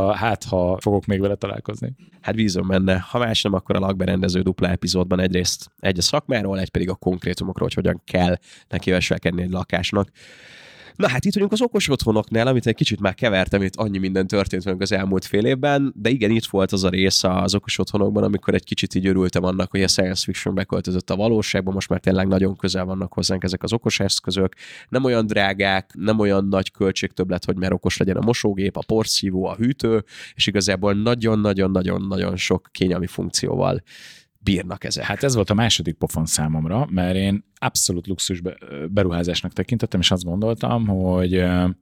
ha fogok még vele találkozni. Hát bízom benne. Ha más nem, akkor a lakberendező dupla epizódban egyrészt egy a szakmáról, egy pedig a konkrétumokról, hogy hogyan kell neki veselkedni egy lakásnak. Na hát itt vagyunk az okos otthonoknál, amit egy kicsit már kevertem, itt annyi minden történt velünk az elmúlt fél évben, de igen, itt volt az a rész az okos otthonokban, amikor egy kicsit így örültem annak, hogy a science fiction beköltözött a valóságba, most már tényleg nagyon közel vannak hozzánk ezek az okos eszközök, nem olyan drágák, nem olyan nagy költségtöbblet, hogy már okos legyen a mosógép, a porszívó, a hűtő, és igazából nagyon-nagyon-nagyon-nagyon sok kényelmi funkcióval bírnak ezek. Hát ez volt a második pofon számomra, mert én abszolút luxus beruházásnak tekintettem, és azt gondoltam, hogy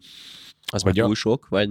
az már túl sok, vagy?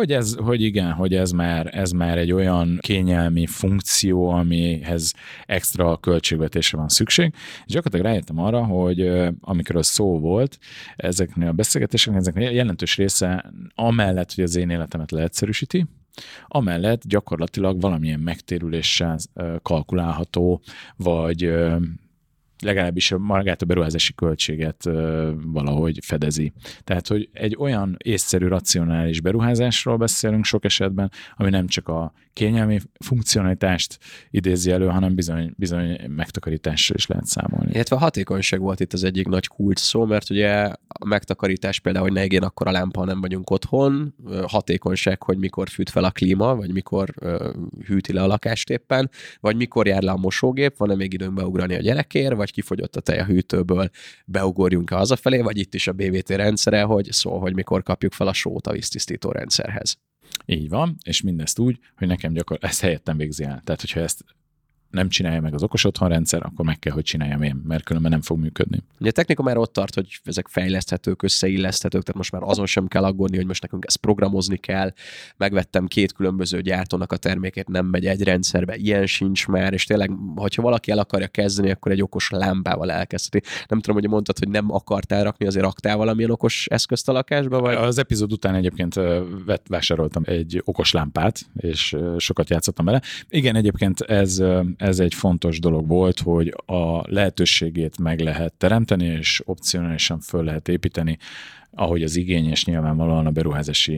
Hogy ez már egy olyan kényelmi funkció, amihez extra költségvetésre van szükség. És gyakorlatilag rájöttem arra, hogy amikor az szó volt, ezeknél a beszélgetéseknél, ezeknél jelentős része amellett, hogy az én életemet leegyszerűsíti, amellett gyakorlatilag valamilyen megtérüléssel kalkulálható, vagy legalábbis magát a beruházási költséget valahogy fedezi. Tehát, hogy egy olyan észszerű, racionális beruházásról beszélünk sok esetben, ami nem csak a kényelmi funkcionalitást idézi elő, hanem bizony megtakarítással is lehet számolni. Illetve a hatékonyság volt itt az egyik nagy kulcs szó, mert ugye a megtakarítás például, hogy ne égjen akkor a lámpa, ha nem vagyunk otthon, hatékonyság, hogy mikor fűt fel a klíma, vagy mikor hűti le a lakást éppen, vagy mikor jár le a mosógép, van-e még időnk beugrani a gyerekért, vagy kifogyott a tej a hűtőből, beugorjunk-e hazafelé, vagy itt is a BVT rendszere, hogy szól, hogy mikor kapjuk fel a sót a víztisztító rendszerhez. Így van, és mindezt úgy, hogy nekem ezt helyettem végzi el. Tehát, hogyha ezt nem csinálja meg az okos otthonrendszer, akkor meg kell, hogy csináljam én, mert különben nem fog működni. Ugye a technika már ott tart, hogy ezek fejleszthetők, összeilleszthetők, tehát most már azon sem kell aggódni, hogy most nekünk ezt programozni kell. Megvettem 2 különböző gyártónak a termékét, nem megy egy rendszerbe, ilyen sincs már, és tényleg, hogyha valaki el akarja kezdeni, akkor egy okos lámpával elkezdheti. Nem tudom, hogy mondtad, hogy nem akartál rakni, azért raktál valamilyen okos eszközt a lakásba? Vagy? Az epizód után egyébként vásároltam egy okos lámpát, és sokat játszottam vele. Igen, egyébként ez egy fontos dolog volt, hogy a lehetőségét meg lehet teremteni, és opcionálisan föl lehet építeni, ahogy az igény, és nyilvánvalóan a beruházási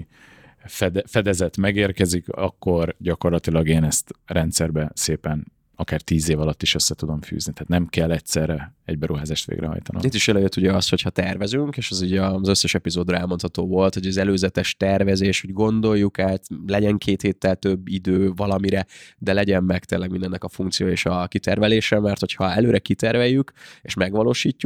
fedezet megérkezik, akkor gyakorlatilag én ezt rendszerbe szépen akár 10 év alatt is össze tudom fűzni. Tehát nem kell egyszerre egy beruházást végrehajtanom. Itt is előjött ugye az, hogyha tervezünk, és az ugye az összes epizódra elmondható volt, hogy az előzetes tervezés, hogy gondoljuk át, legyen 2 héttel több idő valamire, de legyen meg tényleg mindennek a funkció és a kitervelése, mert hogyha előre kiterveljük és megvalósítjuk,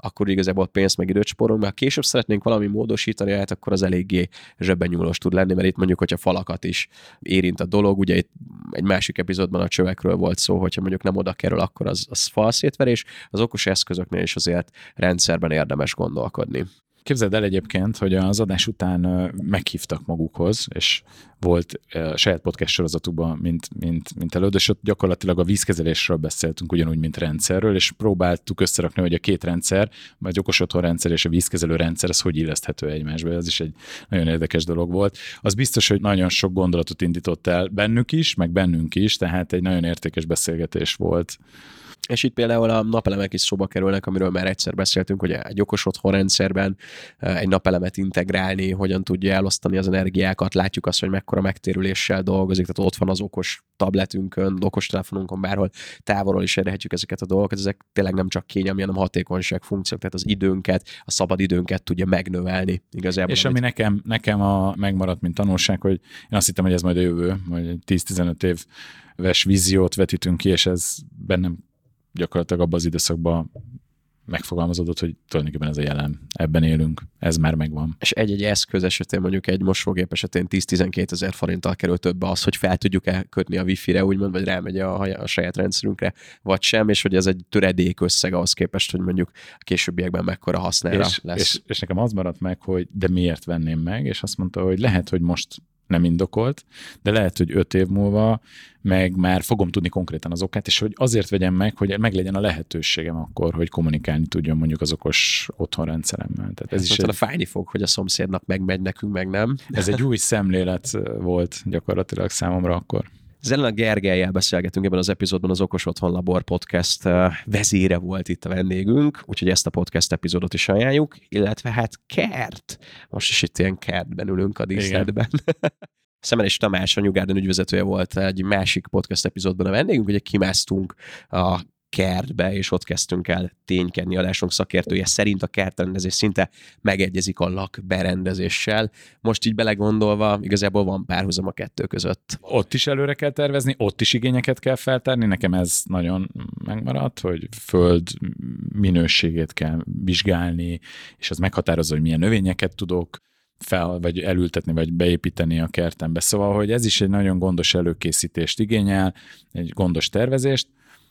akkor igazából pénzt meg időt spórolunk, mert ha később szeretnénk valami módosítani, hát akkor az eléggé zsebbenyúlós tud lenni, mert itt mondjuk, hogyha falakat is érint a dolog, ugye itt egy másik epizódban a csövekről volt szó, hogyha mondjuk nem oda kerül, akkor az falszétverés, az okos eszközöknél is azért rendszerben érdemes gondolkodni. Képzeld el egyébként, hogy az adás után meghívtak magukhoz, és volt saját podcast sorozatukban, mint előd, és ott gyakorlatilag a vízkezelésről beszéltünk ugyanúgy, mint rendszerről, és próbáltuk összerakni, hogy a két rendszer, vagy okos otthon rendszer és a vízkezelő rendszer, az hogy illeszthető egymásba. Ez is egy nagyon érdekes dolog volt. Az biztos, hogy nagyon sok gondolatot indított el bennük is, meg bennünk is, tehát egy nagyon értékes beszélgetés volt. És itt például a napelemek is szóba kerülnek, amiről már egyszer beszéltünk, hogy egy okos otthon rendszerben egy napelemet integrálni, hogyan tudja elosztani az energiákat, látjuk azt, hogy mekkora megtérüléssel dolgozik, tehát ott van az okos tabletünkön, okos telefonunkon, bárhol távolról is elérhetjük ezeket a dolgokat, ezek tényleg nem csak kényelmi, hanem hatékonyság funkciók, tehát az időnket, a szabad időnket tudja megnövelni igazából. És ami nekem megmaradt, mint tanulság, hogy én azt hittem, hogy ez majd a jövő, hogy 10-15 éves víziót vetítünk ki, és ez bennem gyakorlatilag abban az időszakban megfogalmazódott, hogy tulajdonképpen ez a jelen. Ebben élünk, ez már megvan. És egy eszköz esetén, mondjuk egy mosógép esetén 10-12 ezer forinttal kerül többbe az, hogy fel tudjuk-e kötni a wifi-re, úgymond, vagy rámegy a saját rendszerünkre, vagy sem, és hogy ez egy töredék összeg ahhoz képest, hogy mondjuk a későbbiekben mekkora hasznára lesz. És nekem az maradt meg, hogy de miért venném meg, és azt mondta, hogy lehet, hogy most nem indokolt, de lehet, hogy 5 év múlva meg már fogom tudni konkrétan az okát, és hogy azért vegyem meg, hogy meglegyen a lehetőségem akkor, hogy kommunikálni tudjon mondjuk az okos otthonrendszeremmel. Tehát ez is fájni fog, hogy a szomszédnak megmegy, nekünk meg nem. Ez egy új szemlélet volt gyakorlatilag számomra akkor. Zellen a Gergellyel beszélgetünk ebben az epizódban, az Okos Otthon Labor podcast vezére volt itt a vendégünk, úgyhogy ezt a podcast epizódot is ajánljuk, illetve hát kert. Most is itt ilyen kertben ülünk a díszletben. Szemeres Tamás, a New Garden ügyvezetője volt egy másik podcast epizódban a vendégünk, ugye kimásztunk a kertbe, és ott kezdtünk el ténykedni. Adásunk szakértője szerint a kertrendezés szinte megegyezik a lakberendezéssel. Most így belegondolva, igazából van párhuzam a kettő között. Ott is előre kell tervezni, ott is igényeket kell feltárni. Nekem ez nagyon megmaradt, hogy föld minőségét kell vizsgálni, és az meghatározza, hogy milyen növényeket tudok vagy elültetni, vagy beépíteni a kertembe. Szóval, hogy ez is egy nagyon gondos előkészítést igényel, egy gondos tervezést.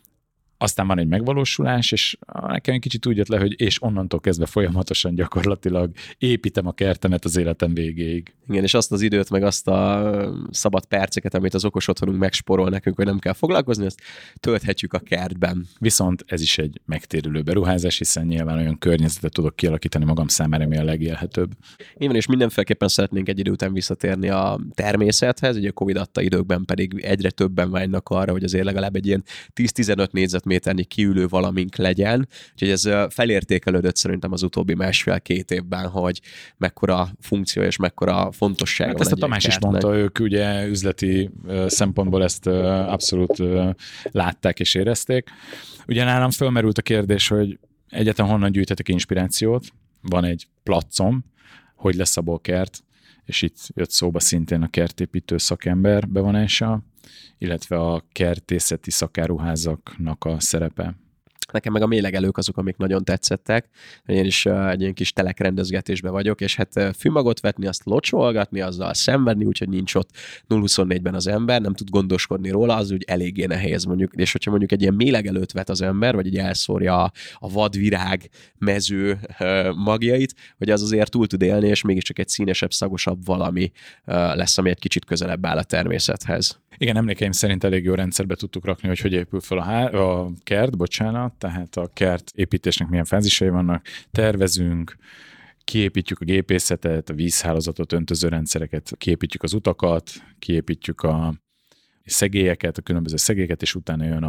Aztán van egy megvalósulás, és nekem egy kicsit úgy jött le, hogy és onnantól kezdve folyamatosan gyakorlatilag építem a kertemet az életem végéig. Igen, és azt az időt, meg azt a szabad perceket, amit az okos otthonunk megsporol nekünk, hogy nem kell foglalkozni, ezt tölthetjük a kertben. Viszont ez is egy megtérülő beruházás, hiszen nyilván olyan környezetet tudok kialakítani magam számára, ami a legélhetőbb. Igen, és mindenféleképpen szeretnénk egy idő után visszatérni a természethez, ugye a Covid adta időkben pedig egyre többen vágynak arra, hogy azért legalább egy ilyen 10-15 négyzetméternyi kiülő valamink legyen. Úgyhogy ez felértékelődött szerintem az utóbbi 1,5-2 évben, hogy mekkora funkció és mekkora fontossága hát van. ezt a Tamás is mondta, ők ugye üzleti szempontból ezt abszolút látták és érezték. Ugye nálam fölmerült a kérdés, hogy egyáltalán honnan gyűjtetek inspirációt, van egy placom, hogy lesz abból kert, és itt jött szóba szintén a kertépítő szakember bevonása, illetve a kertészeti szakáruházaknak a szerepe. Nekem meg a mélegelők azok, amik nagyon tetszettek. Én is egy ilyen kis telekrendezgetésben vagyok, és hát fűmagot vetni, azt locsolgatni, azzal szenvedni, úgyhogy nincs ott 0-24-ben az ember, nem tud gondoskodni róla, az úgy eléggé nehéz mondjuk. És hogyha mondjuk egy ilyen mélegelőt vet az ember, vagy így elszórja a vadvirág mező magjait, hogy az azért túl tud élni, és mégiscsak egy színesebb, szagosabb valami lesz, ami egy kicsit közelebb áll a természethez. Igen, emlékeim szerint elég jó rendszerbe tudtuk rakni, hogy épül fel a kert, tehát a kert építésnek milyen fázisai vannak, tervezünk, kiépítjük a gépészetet, a vízhálózatot, öntözőrendszereket, kiépítjük az utakat, kiépítjük a szegélyeket, a különböző szegélyeket, és utána jön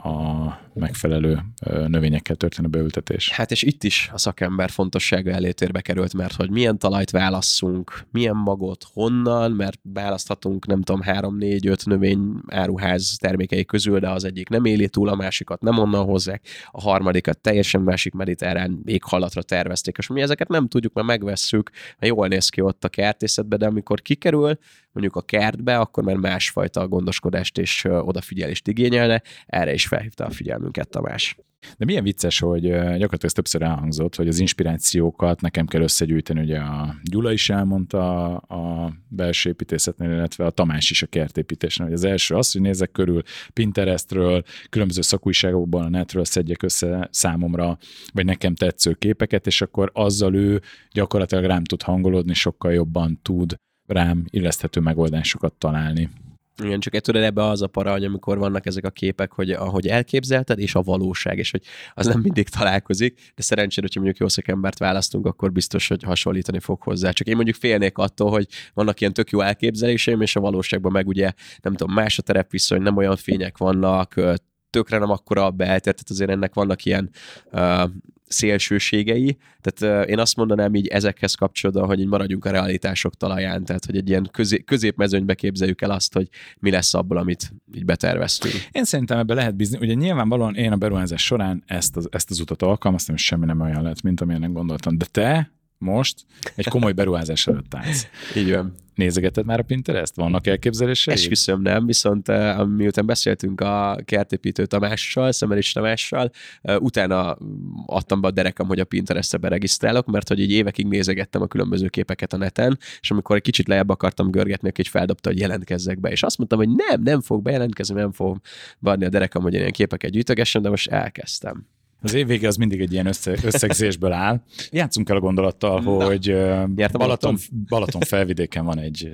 a megfelelő növényekkel történő beültetés. Hát és itt is a szakember fontossága előtérbe került, mert hogy milyen talajt válasszunk, milyen magot, honnan, mert választhatunk nem tudom 3-4-5 növény áruház termékei közül, de az egyik nem éli túl, a másikat nem onnan hozzák, a harmadikat teljesen másik mediterrán éghajlatra tervezték, és mi ezeket nem tudjuk, mert megvesszük, mert jól néz ki ott a kertészetben, de amikor kikerül, mondjuk a kertbe, akkor már másfajta gondoskodást és odafigyelést igényelne. Erre is felhívta a figyelmünket Tamás. De milyen vicces, hogy gyakorlatilag ez többször elhangzott, hogy az inspirációkat nekem kell összegyűjteni, ugye a Gyula is elmondta a belső építészetnél, illetve a Tamás is a kertépítésnél, hogy az első az, hogy nézek körül Pinterestről, különböző szakújságokban, a netről szedjek össze számomra, vagy nekem tetsző képeket, és akkor azzal ő gyakorlatilag rám tud hangolódni, sokkal jobban tud rám illeszthető megoldásokat találni. Igen, csak tudod, ebbe az a para, amikor vannak ezek a képek, hogy ahogy elképzelted, és a valóság, és hogy az nem mindig találkozik, de szerencsére, hogyha mondjuk jó szakembert választunk, akkor biztos, hogy hasonlítani fog hozzá. Csak én mondjuk félnék attól, hogy vannak ilyen tök jó elképzeléseim, és a valóságban meg ugye, nem tudom, más a terepviszony, nem olyan fények vannak, tökre nem akkora a belter, tehát azért ennek vannak ilyen szélsőségei, tehát én azt mondanám így ezekhez kapcsolódva, hogy így maradjunk a realitások talaján, tehát hogy egy ilyen középmezőnybe képzeljük el azt, hogy mi lesz abból, amit így beterveztünk. Én szerintem ebbe lehet bízni. Ugye nyilvánvalóan én a beruházás során ezt az utat alkalmaztam, és semmi nem olyan lett, mint amilyennek gondoltam. De te most egy komoly beruházás előtt állsz. Így van. Nézegeted már a Pinterest? Vannak elképzeléseid? Esküszöm nem, viszont miután beszéltünk a kertépítő Tamással, Szemeris Tamással, utána adtam be a derekam, hogy a Pinterestre beregisztrálok, mert hogy így évekig nézegettem a különböző képeket a neten, és amikor egy kicsit lejjebb akartam görgetni, így feldobta, hogy jelentkezzek be, és azt mondtam, hogy nem fog bejelentkezni, nem fogom beadni a derekam, hogy ilyen képeket gyűjtögessem, de most elkezdtem. Az év vége az mindig egy ilyen összegzésből áll. Játszunk el a gondolattal, hogy Balaton felvidéken van egy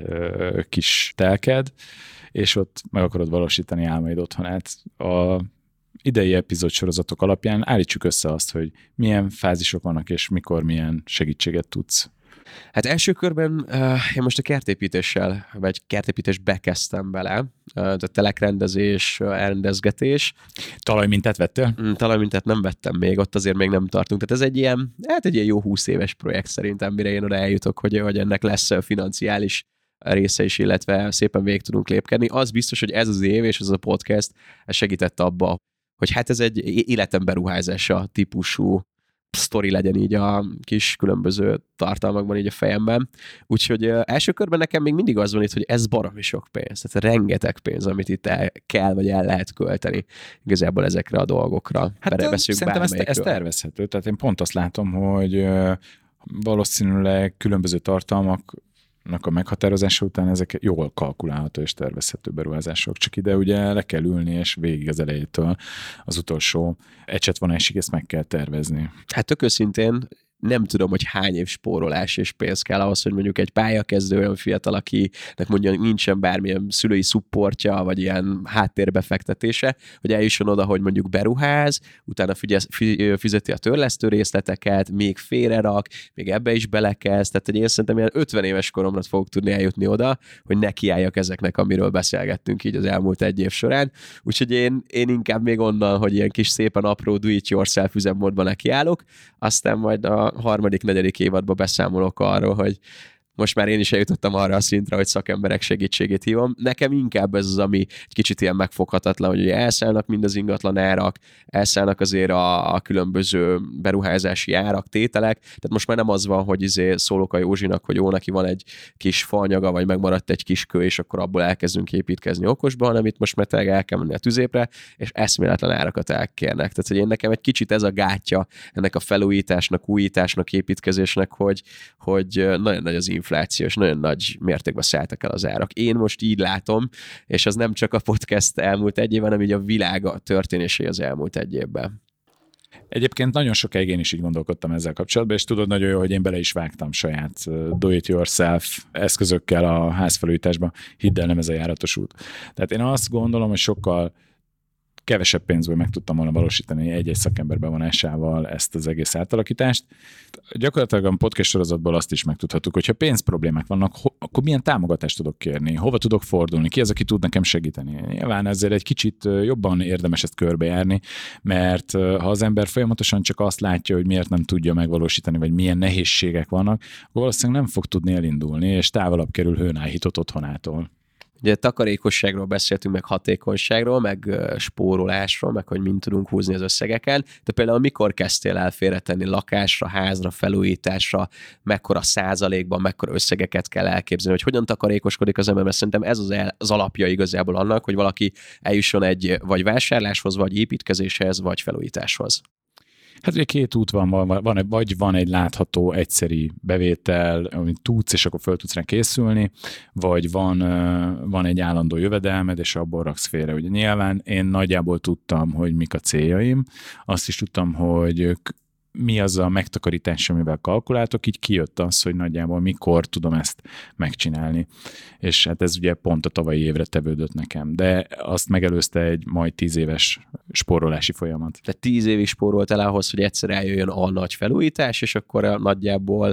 kis telked, és ott meg akarod valósítani álmaid otthonát. A idei epizódsorozatok alapján állítsuk össze azt, hogy milyen fázisok vannak, és mikor milyen segítséget tudsz. Hát első körben én most a kertépítéssel, vagy kertépítésbe kezdtem bele, a telekrendezés, elrendezgetés. Talajmintát vettél? Talajmintát nem vettem még, ott azért még nem tartunk. Tehát ez egy ilyen jó 20 éves projekt szerintem, mire én oda eljutok, hogy ennek lesz financiális része is, illetve szépen végig tudunk lépkedni. Az biztos, hogy ez az év és ez a podcast segített abba, hogy hát ez egy életem beruházása típusú sztori legyen így a kis különböző tartalmakban így a fejemben. Úgyhogy első körben nekem még mindig az van itt, hogy ez baromi sok pénz. Tehát rengeteg pénz, amit itt el kell, vagy el lehet költeni igazából ezekre a dolgokra. Hát szerintem ez tervezhető. Tehát én pont azt látom, hogy valószínűleg különböző tartalmak a meghatározása után ezek jól kalkulálható és tervezhető beruházások. Csak ide ugye le kell ülni, és végig az elejétől az utolsó ecsetvonásig ezt meg kell tervezni. Hát tök őszintén nem tudom, hogy hány év spórolás és pénz kell ahhoz, hogy mondjuk egy pályakezdő olyan fiatal, akinek mondjuk nincsen bármilyen szülői szupportja, vagy ilyen háttérbefektetése, hogy eljusson oda, hogy mondjuk beruház, utána fizeti a törlesztő részleteket, még félrerak, még ebbe is belekezd, tehát én szerintem ilyen 50 éves koromra fogok tudni eljutni oda, hogy nekiálljak ezeknek, amiről beszélgettünk így az elmúlt egy év során. Úgyhogy én inkább még onnan, hogy ilyen kis szépen apró do-it-yourself üzemmódban nekiállok, aztán majd a harmadik, negyedik évadban beszámolok arról, hogy most már én is eljutottam arra a szintre, hogy szakemberek segítségét hívom. Nekem inkább ez az, ami egy kicsit ilyen megfoghatatlan, hogy ugye elszállnak mind az ingatlan árak, elszállnak azért a különböző beruházási árak, tételek. Tehát most már nem az van, hogy szólok a Józsinak, hogy jó, neki van egy kis faanyaga, vagy megmaradt egy kis kő, és akkor abból elkezdünk építkezni okosba, hanem itt most már el kell menni a tüzépre, és eszméletlen árakat elkérnek. Tehát, hogy én nekem egy kicsit ez a gátja ennek a felújításnak, újításnak, építkezésnek, hogy nagyon nagy az infláció, és nagyon nagy mértékben szálltak el az árak. Én most így látom, és az nem csak a podcast elmúlt egy évben, hanem így a világ történései az elmúlt egy évben. Egyébként nagyon sokáig én is így gondolkodtam ezzel kapcsolatban, és tudod nagyon jó, hogy én bele is vágtam saját do-it-yourself eszközökkel a házfelújításba. Hidd el, nem ez a járatos út. Tehát én azt gondolom, hogy sokkal kevesebb pénzből meg tudtam volna valósítani egy-egy szakember bevonásával ezt az egész átalakítást. Gyakorlatilag a podcast sorozatból azt is megtudhattuk, hogy ha pénzproblémák vannak, akkor milyen támogatást tudok kérni, hova tudok fordulni, ki az, aki tud nekem segíteni. Nyilván ezért egy kicsit jobban érdemes ezt körbejárni, mert ha az ember folyamatosan csak azt látja, hogy miért nem tudja megvalósítani, vagy milyen nehézségek vannak, akkor valószínűleg nem fog tudni elindulni, és távolabb kerül hőn áhított otthonától. Ugye takarékosságról beszéltünk, meg hatékonyságról, meg spórolásról, meg hogy mind tudunk húzni az összegeken. De például mikor kezdtél el félretenni lakásra, házra, felújításra, mekkora százalékban, mekkora összegeket kell elképzelni, hogy hogyan takarékoskodik az ember, mert szerintem ez az alapja igazából annak, hogy valaki eljusson egy vagy vásárláshoz, vagy építkezéshez, vagy felújításhoz. Hát ugye két út vagy van egy látható, egyszeri bevétel, amit tudsz, és akkor föl tudsz rá készülni, vagy van egy állandó jövedelmed, és abból raksz félre. Ugye nyilván én nagyjából tudtam, hogy mik a céljaim, azt is tudtam, hogy mi az a megtakarítás, amivel kalkuláltok, így kijött az, hogy nagyjából mikor tudom ezt megcsinálni. És hát ez ugye pont a tavalyi évre tevődött nekem, de azt megelőzte egy majd 10 éves spórolási folyamat. Tehát 10 évig spóroltál ahhoz, hogy egyszer eljöjjön a nagy felújítás, és akkor nagyjából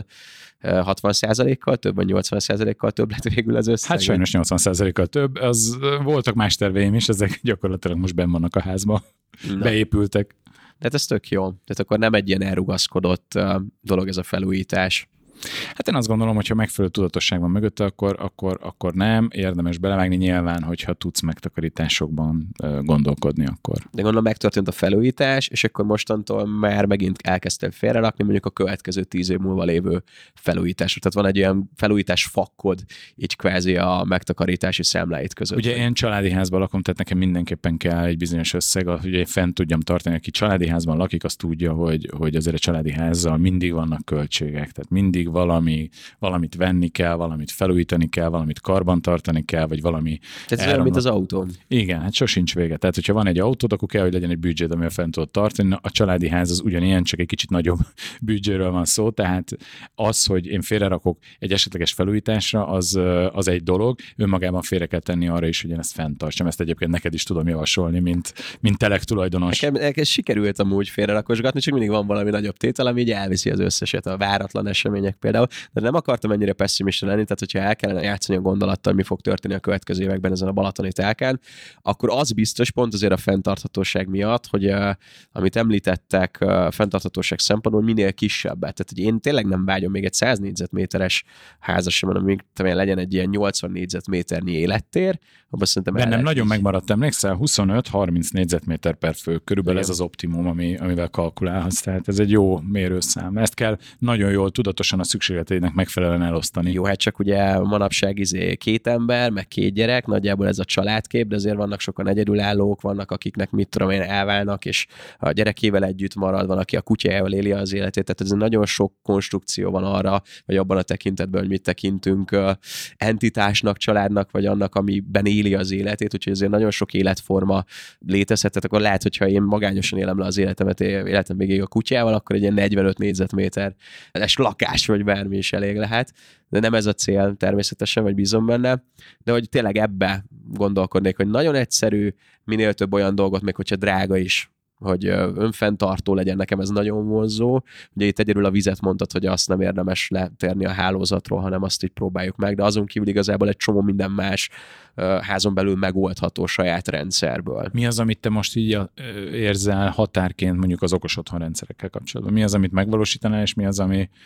60%-kal több, vagy 80%-kal több lett végül az összeg? Hát sajnos 80%-kal több. Voltak más terveim is, ezek gyakorlatilag most benn vannak a házba. Beépültek. Tehát ez tök jó. Tehát akkor nem egy ilyen elrugaszkodott dolog ez a felújítás. Hát én azt gondolom, hogy ha megfelelő tudatosság van mögötte, akkor nem érdemes belevágni, nyilván, hogyha tudsz megtakarításokban gondolkodni, akkor. De gondolom megtörtént a felújítás, és akkor mostantól már megint elkezdtem félrerakni mondjuk a következő 10 év múlva lévő felújításra. Tehát van egy olyan felújítás fakkod, így kvázi a megtakarítási számláit között. Ugye én családi házban lakom, tehát nekem mindenképpen kell egy bizonyos összeg, hogy én fent tudjam tartani, aki családi házban lakik, az tudja, hogy azért a családi házzal mindig vannak költségek, tehát mindig valamit venni kell, valamit felújítani kell, valamit karbantartani kell, vagy valami... Tehát ez olyan, mint az autó. Igen, hát sosincs vége. Tehát, hogyha van egy autód, akkor kell, hogy legyen egy büdzséd, amivel fent tudod tartani. A családi ház az ugyanilyen, csak egy kicsit nagyobb büdzséről van szó, tehát az, hogy én félrerakok egy esetleges felújításra, az egy dolog, önmagában félre kell tenni arra is, hogy én ezt fenntartsam. Ezt egyébként neked is tudom javasolni, mint telek tulajdonos. Nekem sikerült amúgy félrerakosgatni, csak mindig van valami nagyobb tétel, ami így elviszi az összeset, a váratlan események például, de nem akartam ennyire pessimista lenni, tehát hogyha el kellene játszani a gondolattal, mi fog történni a következő években ezen a balatoni telkán, akkor az biztos pont azért a fenntarthatóság miatt, hogy amit említettek a fenntarthatóság szempontból, minél kisebbet. Tehát, hogy én tényleg nem vágyom még egy 100 négyzetméteres házas sem, hanem még legyen egy ilyen 80 négyzetméternyi élettér, abban szerintem bennem nagyon megmaradt, emlékszel, 25-30 négyzetméter per fő, körülbelül ez az optimum, amivel kalkulálhatsz, tehát ez egy jó mérőszám. Ezt kell nagyon jól tudatosan a szükségleteinek megfelelően elosztani. Jó, hát csak ugye manapság 2 ember, meg 2 gyerek, nagyjából ez a családkép, de azért vannak sokan egyedülállók, vannak akiknek mit tudom én elválnak, és a gyerekével együtt marad, van, aki a kutyájával éli az életét, tehát ez nagyon sok konstrukció van arra, vagy abban a tekintetben, hogy mit tekintünk entitásnak, családnak, vagy annak, amiben éli az életét, úgyhogy azért nagyon sok életforma létezhet, tehát akkor lehet, hogyha én magányosan élem le az életem végéig a kutyával, akkor egy ilyen 45 négyzetméteres lakás, vagy bármi is elég lehet, de nem ez a cél természetesen, vagy bízom benne, de hogy tényleg ebbe gondolkodnék, hogy nagyon egyszerű, minél több olyan dolgot, még hogyha drága is, hogy önfenntartó legyen, nekem ez nagyon vonzó. Ugye itt egyedül a vizet mondtad, hogy azt nem érdemes letérni a hálózatról, hanem azt így próbáljuk meg, de azon kívül igazából egy csomó minden más házon belül megoldható saját rendszerből. Mi az, amit te most így érzel határként mondjuk az okos otthon rendszerekkel kapcsolatban? Mi az, amit megvalósítanál, és mi az,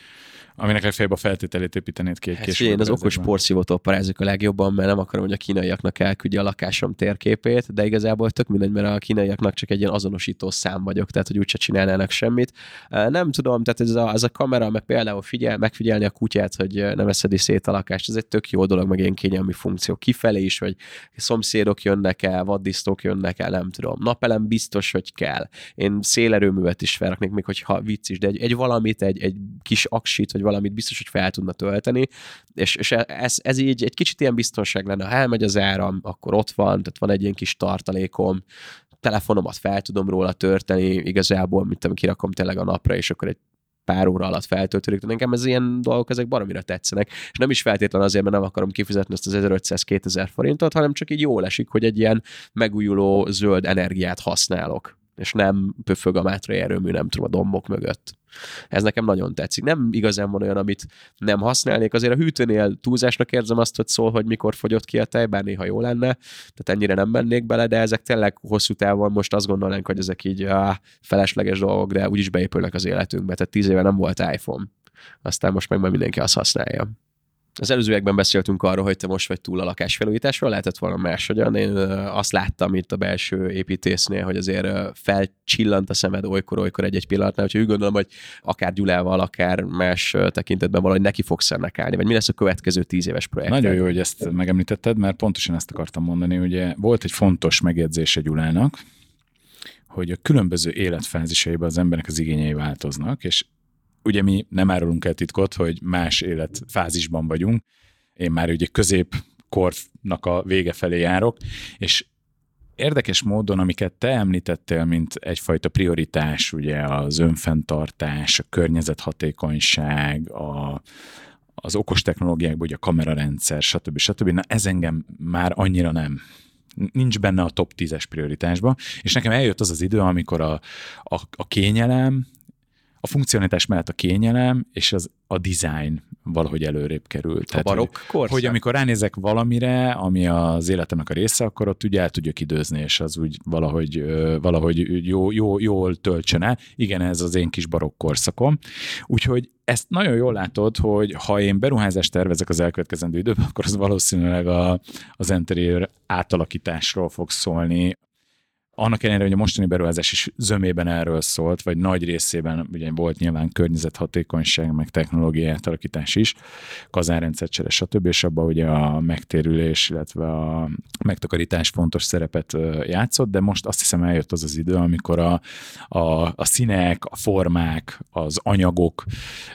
aminek legfeljebb a feltételét építenéd ki egy később? Én az okos porszívótól parázik a legjobban, mert nem akarom, hogy a kínaiaknak elküldje a lakásom térképét, de igazából tök mindegy, mert a kínaiaknak csak egy ilyen azonosító szám vagyok, tehát hogy úgyse csinálnának semmit. Nem tudom, tehát ez a kamera, meg például megfigyelni a kutyát, hogy nem eszedi szét a lakást, ez egy tök jó dolog, meg ilyen kényelmi funkció. Kifelé is, hogy szomszédok jönnek el, vaddisztók jönnek el, nem tudom. Napelem biztos, hogy kell. Én szélerőművet is felraknék, még hogyha vicc is, de egy valamit, egy kis aksit, vagy valamit biztos, hogy fel tudna tölteni, és ez így egy kicsit ilyen biztonság lenne. Ha elmegy az áram, akkor ott van, tehát van egy ilyen kis tartalékom, telefonomat fel tudom róla törteni, igazából, mint kirakom tényleg a napra, és akkor egy pár óra alatt feltöltődik, de nekem ez ilyen dolgok, ezek baromira tetszenek, és nem is feltétlen azért, mert nem akarom kifizetni ezt az 1500-2000 forintot, hanem csak így jól esik, hogy egy ilyen megújuló zöld energiát használok, és nem pöfög a mátrai erőmű, nem tudom, a dombok mögött. Ez nekem nagyon tetszik. Nem igazán van olyan, amit nem használnék. Azért a hűtőnél túlzásnak érzem azt, hogy szól, hogy mikor fogyott ki a tej, bár néha jó lenne, tehát ennyire nem mennék bele, de ezek tényleg hosszú távon most azt gondolnánk, hogy ezek így felesleges dolgok, de úgyis beépülnek az életünkbe. Tehát 10 éve nem volt iPhone. Aztán most meg már mindenki azt használja. Az előzőekben beszéltünk arról, hogy te most vagy túl a lakásfelújításról, lehetett volna máshogyan. Én azt láttam itt a belső építésznél, hogy azért felcsillant a szemed olykor egy pillanatnál, úgyhogy úgy gondolom, hogy akár Gyulával, akár más tekintetben valahogy neki fogsz ennek állni, vagy mi lesz a következő 10 éves projekt? Nagyon jó, hogy ezt megemlítetted, mert pontosan ezt akartam mondani. Ugye volt egy fontos megjegyzése Gyulának, hogy a különböző életfázisaiban az embernek az igényei változnak, és ugye mi nem árulunk el titkot, hogy más életfázisban vagyunk. Én már ugye középkornak a vége felé járok, és érdekes módon, amiket te említettél, mint egyfajta prioritás, ugye az önfenntartás, a környezethatékonyság, az okos technológiákban, ugye a kamerarendszer, stb. Na ez engem már annyira nem. Nincs benne a top 10-es prioritásba, és nekem eljött az az idő, amikor a kényelem, a funkcionalitás mellett a kényelem és a design valahogy előrébb került. A barokk korszak? Hogy amikor ránézek valamire, ami az életemnek a része, akkor ott ugye el tudjuk időzni, és az úgy valahogy jól töltsön el. Igen, ez az én kis barokk korszakom. Úgyhogy ezt nagyon jól látod, hogy ha én beruházást tervezek az elkövetkezendő időben, akkor az valószínűleg az interior átalakításról fog szólni. Annak ellenére, hogy a mostani beruházás is zömében erről szólt, vagy nagy részében ugye volt nyilván környezethatékonyság, meg technológiai átalakítás is, kazánrendszercsere, stb. És abban ugye a megtérülés, illetve a megtakarítás fontos szerepet játszott, de most azt hiszem eljött az az idő, amikor a színek, a formák, az anyagokkal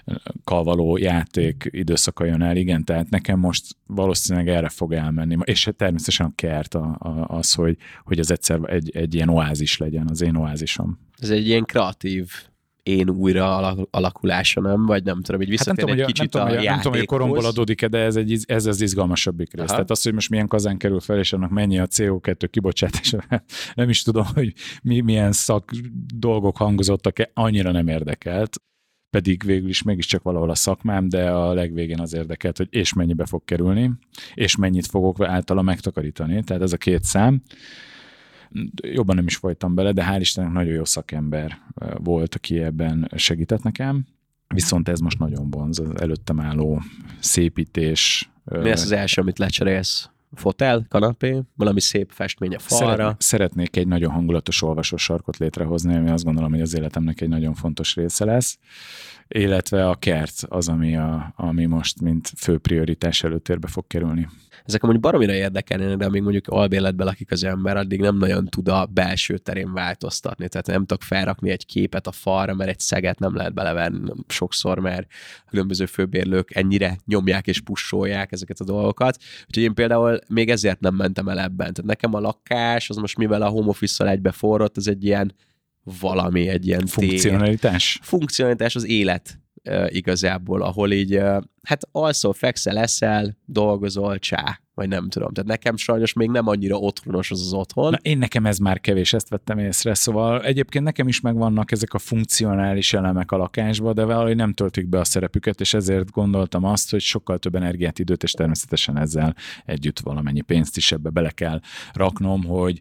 való játék időszaka jön el, igen, tehát nekem most valószínűleg erre fog elmenni, és természetesen a kert az, hogy az egyszer egy ilyen oázis legyen, az én oázisom. Ez egy ilyen kreatív én újra alakulása, nem? Vagy nem tudom, így visszatérni egy kicsit a játékhoz. Nem tudom, hogy koromból adódik-e, de ez az izgalmasabbik rész. Aha. Tehát az, hogy most milyen kazán kerül fel, és annak mennyi a CO2 kibocsátása, nem is tudom, hogy milyen szak dolgok hangozottak, annyira nem érdekelt. Pedig végül is mégiscsak valahol a szakmám, de a legvégén az érdekelt, hogy és mennyibe fog kerülni, és mennyit fogok általa megtakarítani. Tehát ez a két szám. Jobban nem is folytam bele, de hál' Istennek nagyon jó szakember volt, aki ebben segített nekem. Viszont ez most nagyon vonz, az előttem álló szépítés. Mi lesz az első, amit lecserélsz? Fotel, kanapé, valami szép festmény a falra? Szeretnék egy nagyon hangulatos olvasósarkot létrehozni, ami azt gondolom, hogy az életemnek egy nagyon fontos része lesz. Illetve a kert az, ami most mint fő prioritás előtérbe fog kerülni. Ezek amúgy baromira érdekelnének, de amíg mondjuk albérletben lakik az ember, addig nem nagyon tud a belső terén változtatni. Tehát nem tudok felrakni egy képet a falra, mert egy szeget nem lehet belevenni sokszor, mert különböző főbérlők ennyire nyomják és pusolják ezeket a dolgokat. Úgyhogy én például még ezért nem mentem el ebben. Tehát nekem a lakás, az most mivel a home office-szal egybe forrott, ez egy ilyen valami, egy ilyen funkcionalitás. Funkcionalitás az élet igazából, ahol így hát alszol, fekszel, eszel, dolgozol, csá, vagy nem tudom. Tehát nekem sajnos még nem annyira otthonos az otthon. Na, nekem ez már kevés, ezt vettem észre, szóval egyébként nekem is megvannak ezek a funkcionális elemek a lakásba, de valahogy nem töltik be a szerepüket, és ezért gondoltam azt, hogy sokkal több energiát, időt, és természetesen ezzel együtt valamennyi pénzt is ebbe bele kell raknom, hogy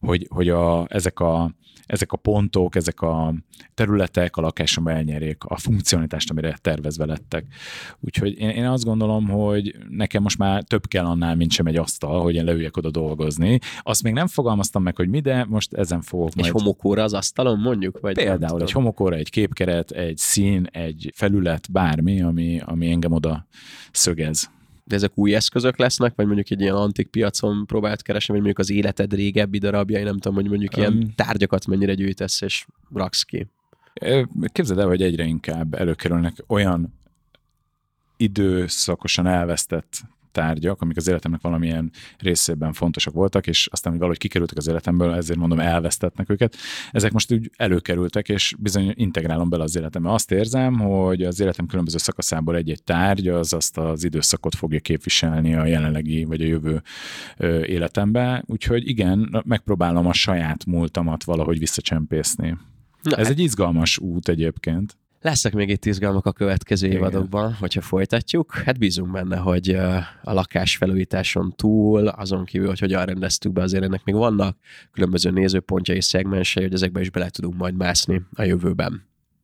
ezek a pontok, ezek a területek a lakásomban elnyerjék a funkcionalitást, amire tervezve lettek. Úgyhogy én azt gondolom, hogy nekem most már több kell annál, mint sem egy asztal, hogy én leüljek oda dolgozni. Azt még nem fogalmaztam meg, hogy mi, de most ezen fogok majd. Egy homokóra az asztalon mondjuk? Vagy például egy homokóra, egy képkeret, egy szín, egy felület, bármi, ami engem oda szögez. De ezek új eszközök lesznek, vagy mondjuk egy ilyen antik piacon próbált keresni, vagy mondjuk az életed régebbi darabjai, nem tudom, hogy mondjuk ilyen tárgyakat mennyire gyűjtesz és raksz ki. Képzeld el, hogy egyre inkább előkerülnek olyan időszakosan elvesztett tárgyak, amik az életemnek valamilyen részében fontosak voltak, és aztán, hogy valahogy kikerültek az életemből, ezért mondom, elvesztettnek őket. Ezek most úgy előkerültek, és bizony integrálom bele az életembe. Azt érzem, hogy az életem különböző szakaszából egy-egy tárgy az azt az időszakot fogja képviselni a jelenlegi vagy a jövő életembe. Úgyhogy igen, megpróbálom a saját múltamat valahogy visszacsempészni. Ez egy izgalmas út egyébként. Lesznek még itt izgalmak a következő évadokban, hogyha folytatjuk. Hát bízunk benne, hogy a lakásfelújításon túl, azon kívül, hogy hogyan rendeztük be, azért ennek még vannak különböző nézőpontjai, szegmensei, hogy ezekbe is bele tudunk majd mászni a jövőben.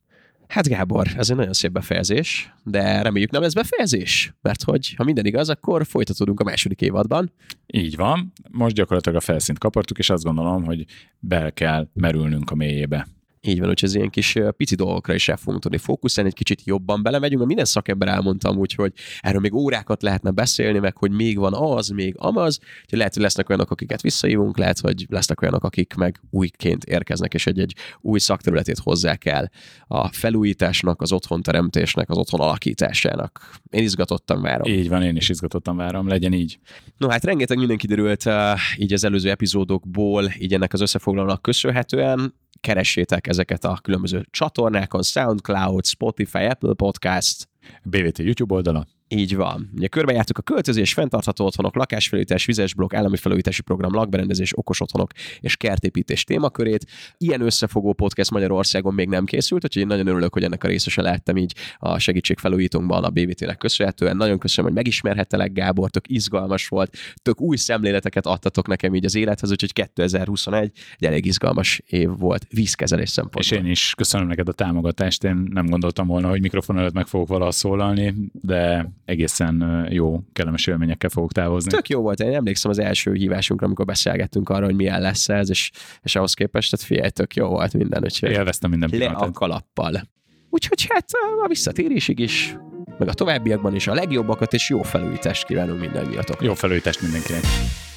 Hát Gábor, ez egy nagyon szép befejezés, de reméljük nem lesz befejezés, mert hogy ha minden igaz, akkor folytatódunk a második évadban. Így van, most gyakorlatilag a felszínt kapartuk, és azt gondolom, hogy be kell merülnünk a mélyébe. Így van, úgyhogy ez ilyen kis pici dolgokra is el fogunk tudni fókuszálni, egy kicsit jobban belemegyünk, mert minden szakember elmondtam úgy, hogy erről még órákat lehetne beszélni, meg hogy még van az, még amaz, úgyhogy lehet, hogy lesznek olyanok, akiket visszahívunk, lehet, hogy lesznek olyanok, akik meg újként érkeznek, és egy új szakterületét hozzák el a felújításnak, az otthonteremtésnek, az otthon alakításának. Én izgatottan várom. Így van, én is izgatottan várom, legyen így. No hát rengeteg minden kiderült így az előző epizódokból, így ennek az összefoglalónak köszönhetően. Keressétek ezeket a különböző csatornákon, SoundCloud, Spotify, Apple Podcast, BVT YouTube oldala. Így van. Ugye körbejártuk a költözés, fenntartható otthonok, lakásfelújítás, vizes blokk, állami felújítási program, lakberendezés, okos otthonok és kertépítés témakörét. Ilyen összefogó podcast Magyarországon még nem készült, úgyhogy én nagyon örülök, hogy ennek a részese lehettem így a segítségfelújítónkban a BVT-nek köszönhetően. Nagyon köszönöm, hogy megismerhettelek, Gábor, tök izgalmas volt, tök új szemléleteket adtatok nekem így az élethez, úgyhogy 2021 egy elég izgalmas év volt vízkezelés szempontból. És én is köszönöm neked a támogatást, én nem gondoltam volna, hogy mikrofon előtt meg fogok valaha szólalni, de egészen jó, kellemes élményekkel fogok távozni. Tök jó volt, én emlékszem az első hívásunkra, amikor beszélgettünk arra, hogy milyen lesz ez, és ahhoz képest, tehát figyelj, tök jó volt minden, úgyhogy élveztem minden pillanatot. Le a kalappal. Úgyhogy hát a visszatérésig is, meg a továbbiakban is a legjobbakat és jó felújítást kívánunk mindannyiatok. Jó felújítást mindenkinek.